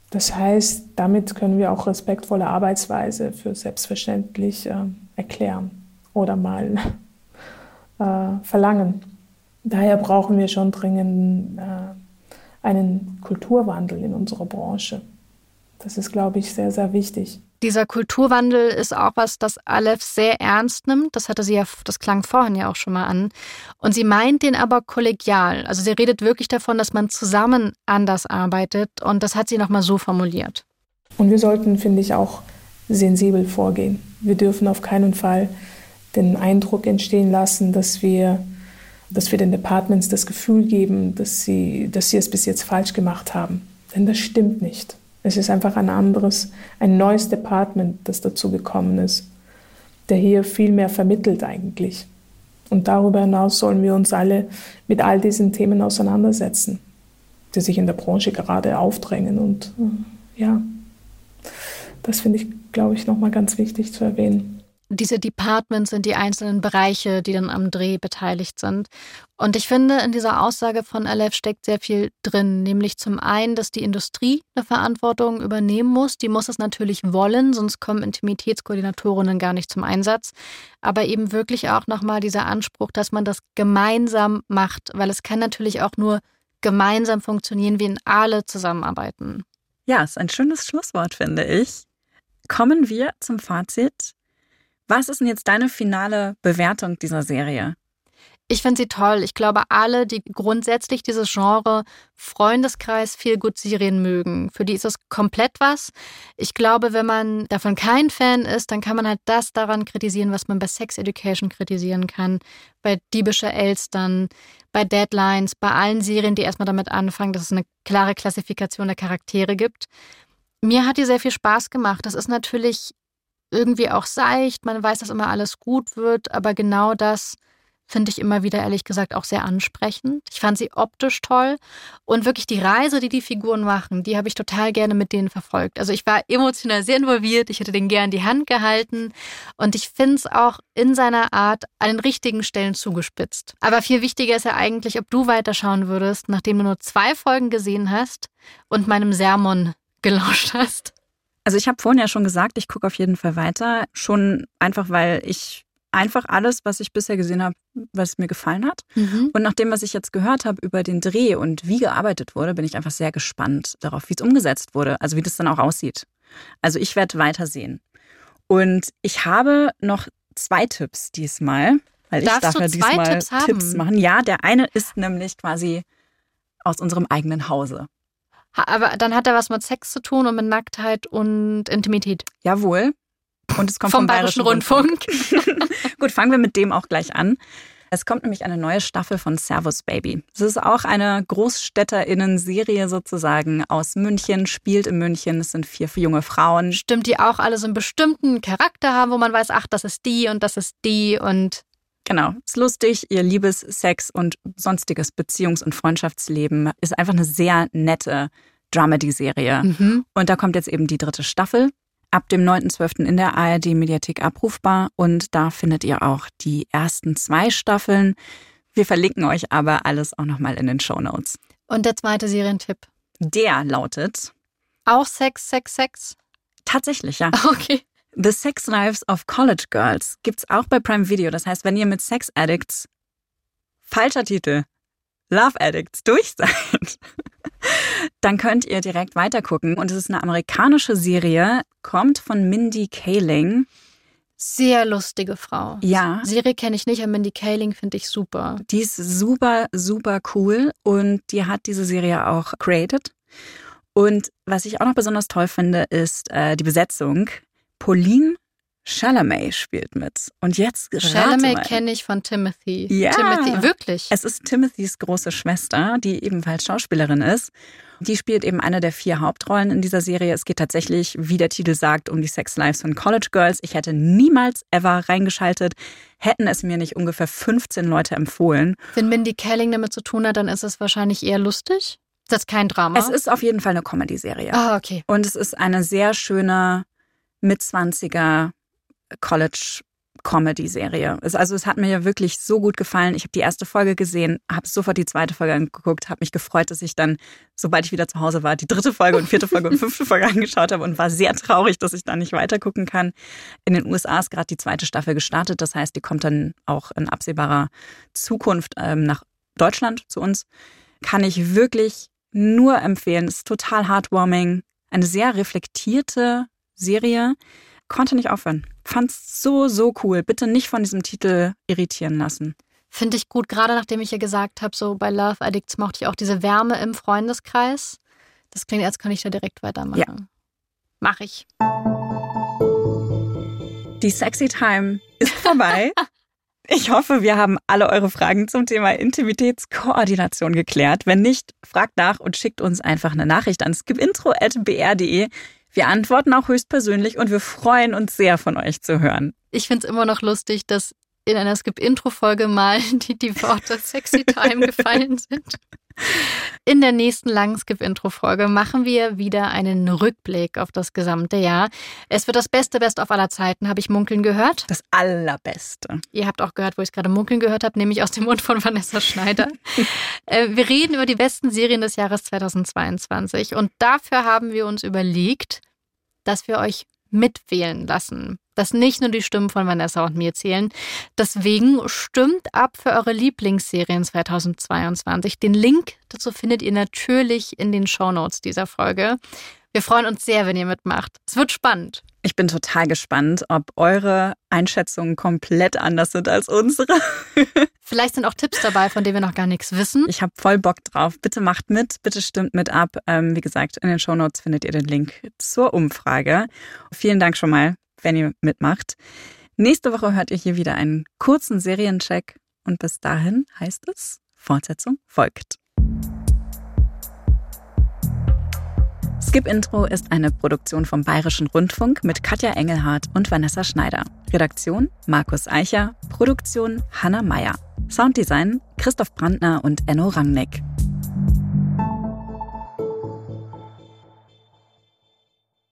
Das heißt, damit können wir auch respektvolle Arbeitsweise für selbstverständlich äh, erklären oder mal äh, verlangen. Daher brauchen wir schon dringend äh, einen Kulturwandel in unserer Branche. Das ist, glaube ich, sehr, sehr wichtig. Dieser Kulturwandel ist auch was, das Aleph sehr ernst nimmt. Das hatte sie ja, das klang vorhin ja auch schon mal an. Und sie meint den aber kollegial. Also sie redet wirklich davon, dass man zusammen anders arbeitet. Und das hat sie nochmal so formuliert. Und wir sollten, finde ich, auch sensibel vorgehen. Wir dürfen auf keinen Fall den Eindruck entstehen lassen, dass wir, dass wir den Departments das Gefühl geben, dass sie, dass sie es bis jetzt falsch gemacht haben. Denn das stimmt nicht. Es ist einfach ein anderes, ein neues Department, das dazu gekommen ist, der hier viel mehr vermittelt eigentlich. Und darüber hinaus sollen wir uns alle mit all diesen Themen auseinandersetzen, die sich in der Branche gerade aufdrängen. Und ja, das finde ich, glaube ich, nochmal ganz wichtig zu erwähnen. Diese Departments sind die einzelnen Bereiche, die dann am Dreh beteiligt sind. Und ich finde, in dieser Aussage von Aleph steckt sehr viel drin. Nämlich zum einen, dass die Industrie eine Verantwortung übernehmen muss. Die muss es natürlich wollen, sonst kommen Intimitätskoordinatorinnen gar nicht zum Einsatz. Aber eben wirklich auch nochmal dieser Anspruch, dass man das gemeinsam macht. Weil es kann natürlich auch nur gemeinsam funktionieren, wenn alle zusammenarbeiten. Ja, ist ein schönes Schlusswort, finde ich. Kommen wir zum Fazit. Was ist denn jetzt deine finale Bewertung dieser Serie? Ich finde sie toll. Ich glaube, alle, die grundsätzlich dieses Genre Freundeskreis Feel-Good-Serien mögen, für die ist das komplett was. Ich glaube, wenn man davon kein Fan ist, dann kann man halt das daran kritisieren, was man bei Sex Education kritisieren kann, bei Diebische Elstern, bei Deadlines, bei allen Serien, die erstmal damit anfangen, dass es eine klare Klassifikation der Charaktere gibt. Mir hat die sehr viel Spaß gemacht. Das ist natürlich irgendwie auch seicht, man weiß, dass immer alles gut wird, aber genau das finde ich immer wieder, ehrlich gesagt, auch sehr ansprechend. Ich fand sie optisch toll und wirklich die Reise, die die Figuren machen, die habe ich total gerne mit denen verfolgt. Also ich war emotional sehr involviert, ich hätte denen gern die Hand gehalten und ich finde es auch in seiner Art an den richtigen Stellen zugespitzt. Aber viel wichtiger ist ja eigentlich, ob du weiterschauen würdest, nachdem du nur zwei Folgen gesehen hast und meinem Sermon gelauscht hast. Also ich habe vorhin ja schon gesagt, ich gucke auf jeden Fall weiter. Schon einfach, weil ich einfach alles, was ich bisher gesehen habe, was mir gefallen hat. Mhm. Und nach dem, was ich jetzt gehört habe über den Dreh und wie gearbeitet wurde, bin ich einfach sehr gespannt darauf, wie es umgesetzt wurde. Also wie das dann auch aussieht. Also ich werde weitersehen. Und ich habe noch zwei Tipps diesmal. Weil Darfst ich darf du ja zwei diesmal Tipps haben? Tipps machen. Ja, der eine ist nämlich quasi aus unserem eigenen Hause. Aber dann hat er was mit Sex zu tun und mit Nacktheit und Intimität. Jawohl. Und es kommt vom, vom Bayerischen, Bayerischen Rundfunk. Rundfunk. Gut, fangen wir mit dem auch gleich an. Es kommt nämlich eine neue Staffel von Servus Baby. Es ist auch eine GroßstädterInnen-Serie sozusagen aus München, spielt in München. Es sind vier junge Frauen. Stimmt, die auch alle so einen bestimmten Charakter haben, wo man weiß, ach, das ist die und das ist die und... Genau, ist lustig. Ihr Liebes-, Sex- und sonstiges Beziehungs- und Freundschaftsleben ist einfach eine sehr nette Dramedy-Serie. Mhm. Und da kommt jetzt eben die dritte Staffel. Ab dem neunten zwölften in der A R D-Mediathek abrufbar. Und da findet ihr auch die ersten zwei Staffeln. Wir verlinken euch aber alles auch nochmal in den Shownotes. Und der zweite Serientipp? Der lautet... Auch Sex, Sex, Sex? Tatsächlich, ja. Okay. The Sex Lives of College Girls gibt's auch bei Prime Video. Das heißt, wenn ihr mit Sex Addicts, falscher Titel, Love Addicts durch seid, dann könnt ihr direkt weitergucken. Und es ist eine amerikanische Serie, kommt von Mindy Kaling. Sehr lustige Frau. Ja. Serie kenne ich nicht, aber Mindy Kaling finde ich super. Die ist super, super cool und die hat diese Serie auch created. Und was ich auch noch besonders toll finde, ist äh, die Besetzung. Pauline Chalamet spielt mit. Und jetzt Chalamet kenne ich von Timothy. Ja. Timothy, wirklich? Es ist Timothys große Schwester, die ebenfalls Schauspielerin ist. Die spielt eben eine der vier Hauptrollen in dieser Serie. Es geht tatsächlich, wie der Titel sagt, um die Sex Lives von College Girls. Ich hätte niemals ever reingeschaltet, hätten es mir nicht ungefähr fünfzehn Leute empfohlen. Wenn Mindy Kaling damit zu tun hat, dann ist es wahrscheinlich eher lustig. Ist das kein Drama? Es ist auf jeden Fall eine Comedy-Serie. Ah, okay. Und es ist eine sehr schöne Mitzwanziger College Comedy-Serie. Also es hat mir ja wirklich so gut gefallen. Ich habe die erste Folge gesehen, habe sofort die zweite Folge angeguckt, habe mich gefreut, dass ich dann, sobald ich wieder zu Hause war, die dritte Folge und vierte Folge und fünfte Folge angeschaut habe und war sehr traurig, dass ich da nicht weiter gucken kann. In den U S A ist gerade die zweite Staffel gestartet. Das heißt, die kommt dann auch in absehbarer Zukunft ähm, nach Deutschland zu uns. Kann ich wirklich nur empfehlen. Es ist total heartwarming. Eine sehr reflektierte Serie. Konnte nicht aufhören. Fand's so, so cool. Bitte nicht von diesem Titel irritieren lassen. Finde ich gut, gerade nachdem ich ja gesagt habe, so bei Love Addicts mochte ich auch diese Wärme im Freundeskreis. Das klingt, als kann ich da direkt weitermachen. Ja. Mach ich. Die Sexy Time ist vorbei. Ich hoffe, wir haben alle eure Fragen zum Thema Intimitätskoordination geklärt. Wenn nicht, fragt nach und schickt uns einfach eine Nachricht an skipintro at b r punkt d e. Wir antworten auch höchstpersönlich und wir freuen uns sehr, von euch zu hören. Ich finde es immer noch lustig, dass in einer Skip-Intro-Folge mal die, die Worte Sexy Time gefallen sind. In der nächsten langen Skip-Intro-Folge machen wir wieder einen Rückblick auf das gesamte Jahr. Es wird das beste Best-of aller Zeiten, habe ich munkeln gehört. Das Allerbeste. Ihr habt auch gehört, wo ich es gerade munkeln gehört habe, nämlich aus dem Mund von Vanessa Schneider. äh, wir reden über die besten Serien des Jahres zweitausendzweiundzwanzig und dafür haben wir uns überlegt, dass wir euch mitwählen lassen. Dass nicht nur die Stimmen von Vanessa und mir zählen. Deswegen stimmt ab für eure Lieblingsserien zweitausendzweiundzwanzig. Den Link dazu findet ihr natürlich in den Shownotes dieser Folge. Wir freuen uns sehr, wenn ihr mitmacht. Es wird spannend. Ich bin total gespannt, ob eure Einschätzungen komplett anders sind als unsere. Vielleicht sind auch Tipps dabei, von denen wir noch gar nichts wissen. Ich habe voll Bock drauf. Bitte macht mit, bitte stimmt mit ab. Ähm, wie gesagt, in den Shownotes findet ihr den Link zur Umfrage. Vielen Dank schon mal, wenn ihr mitmacht. Nächste Woche hört ihr hier wieder einen kurzen Seriencheck. Und bis dahin heißt es, Fortsetzung folgt. Skip Intro ist eine Produktion vom Bayerischen Rundfunk mit Katja Engelhardt und Vanessa Schneider. Redaktion Markus Eicher, Produktion Hannah Meyer. Sounddesign Christoph Brandner und Enno Rangnick.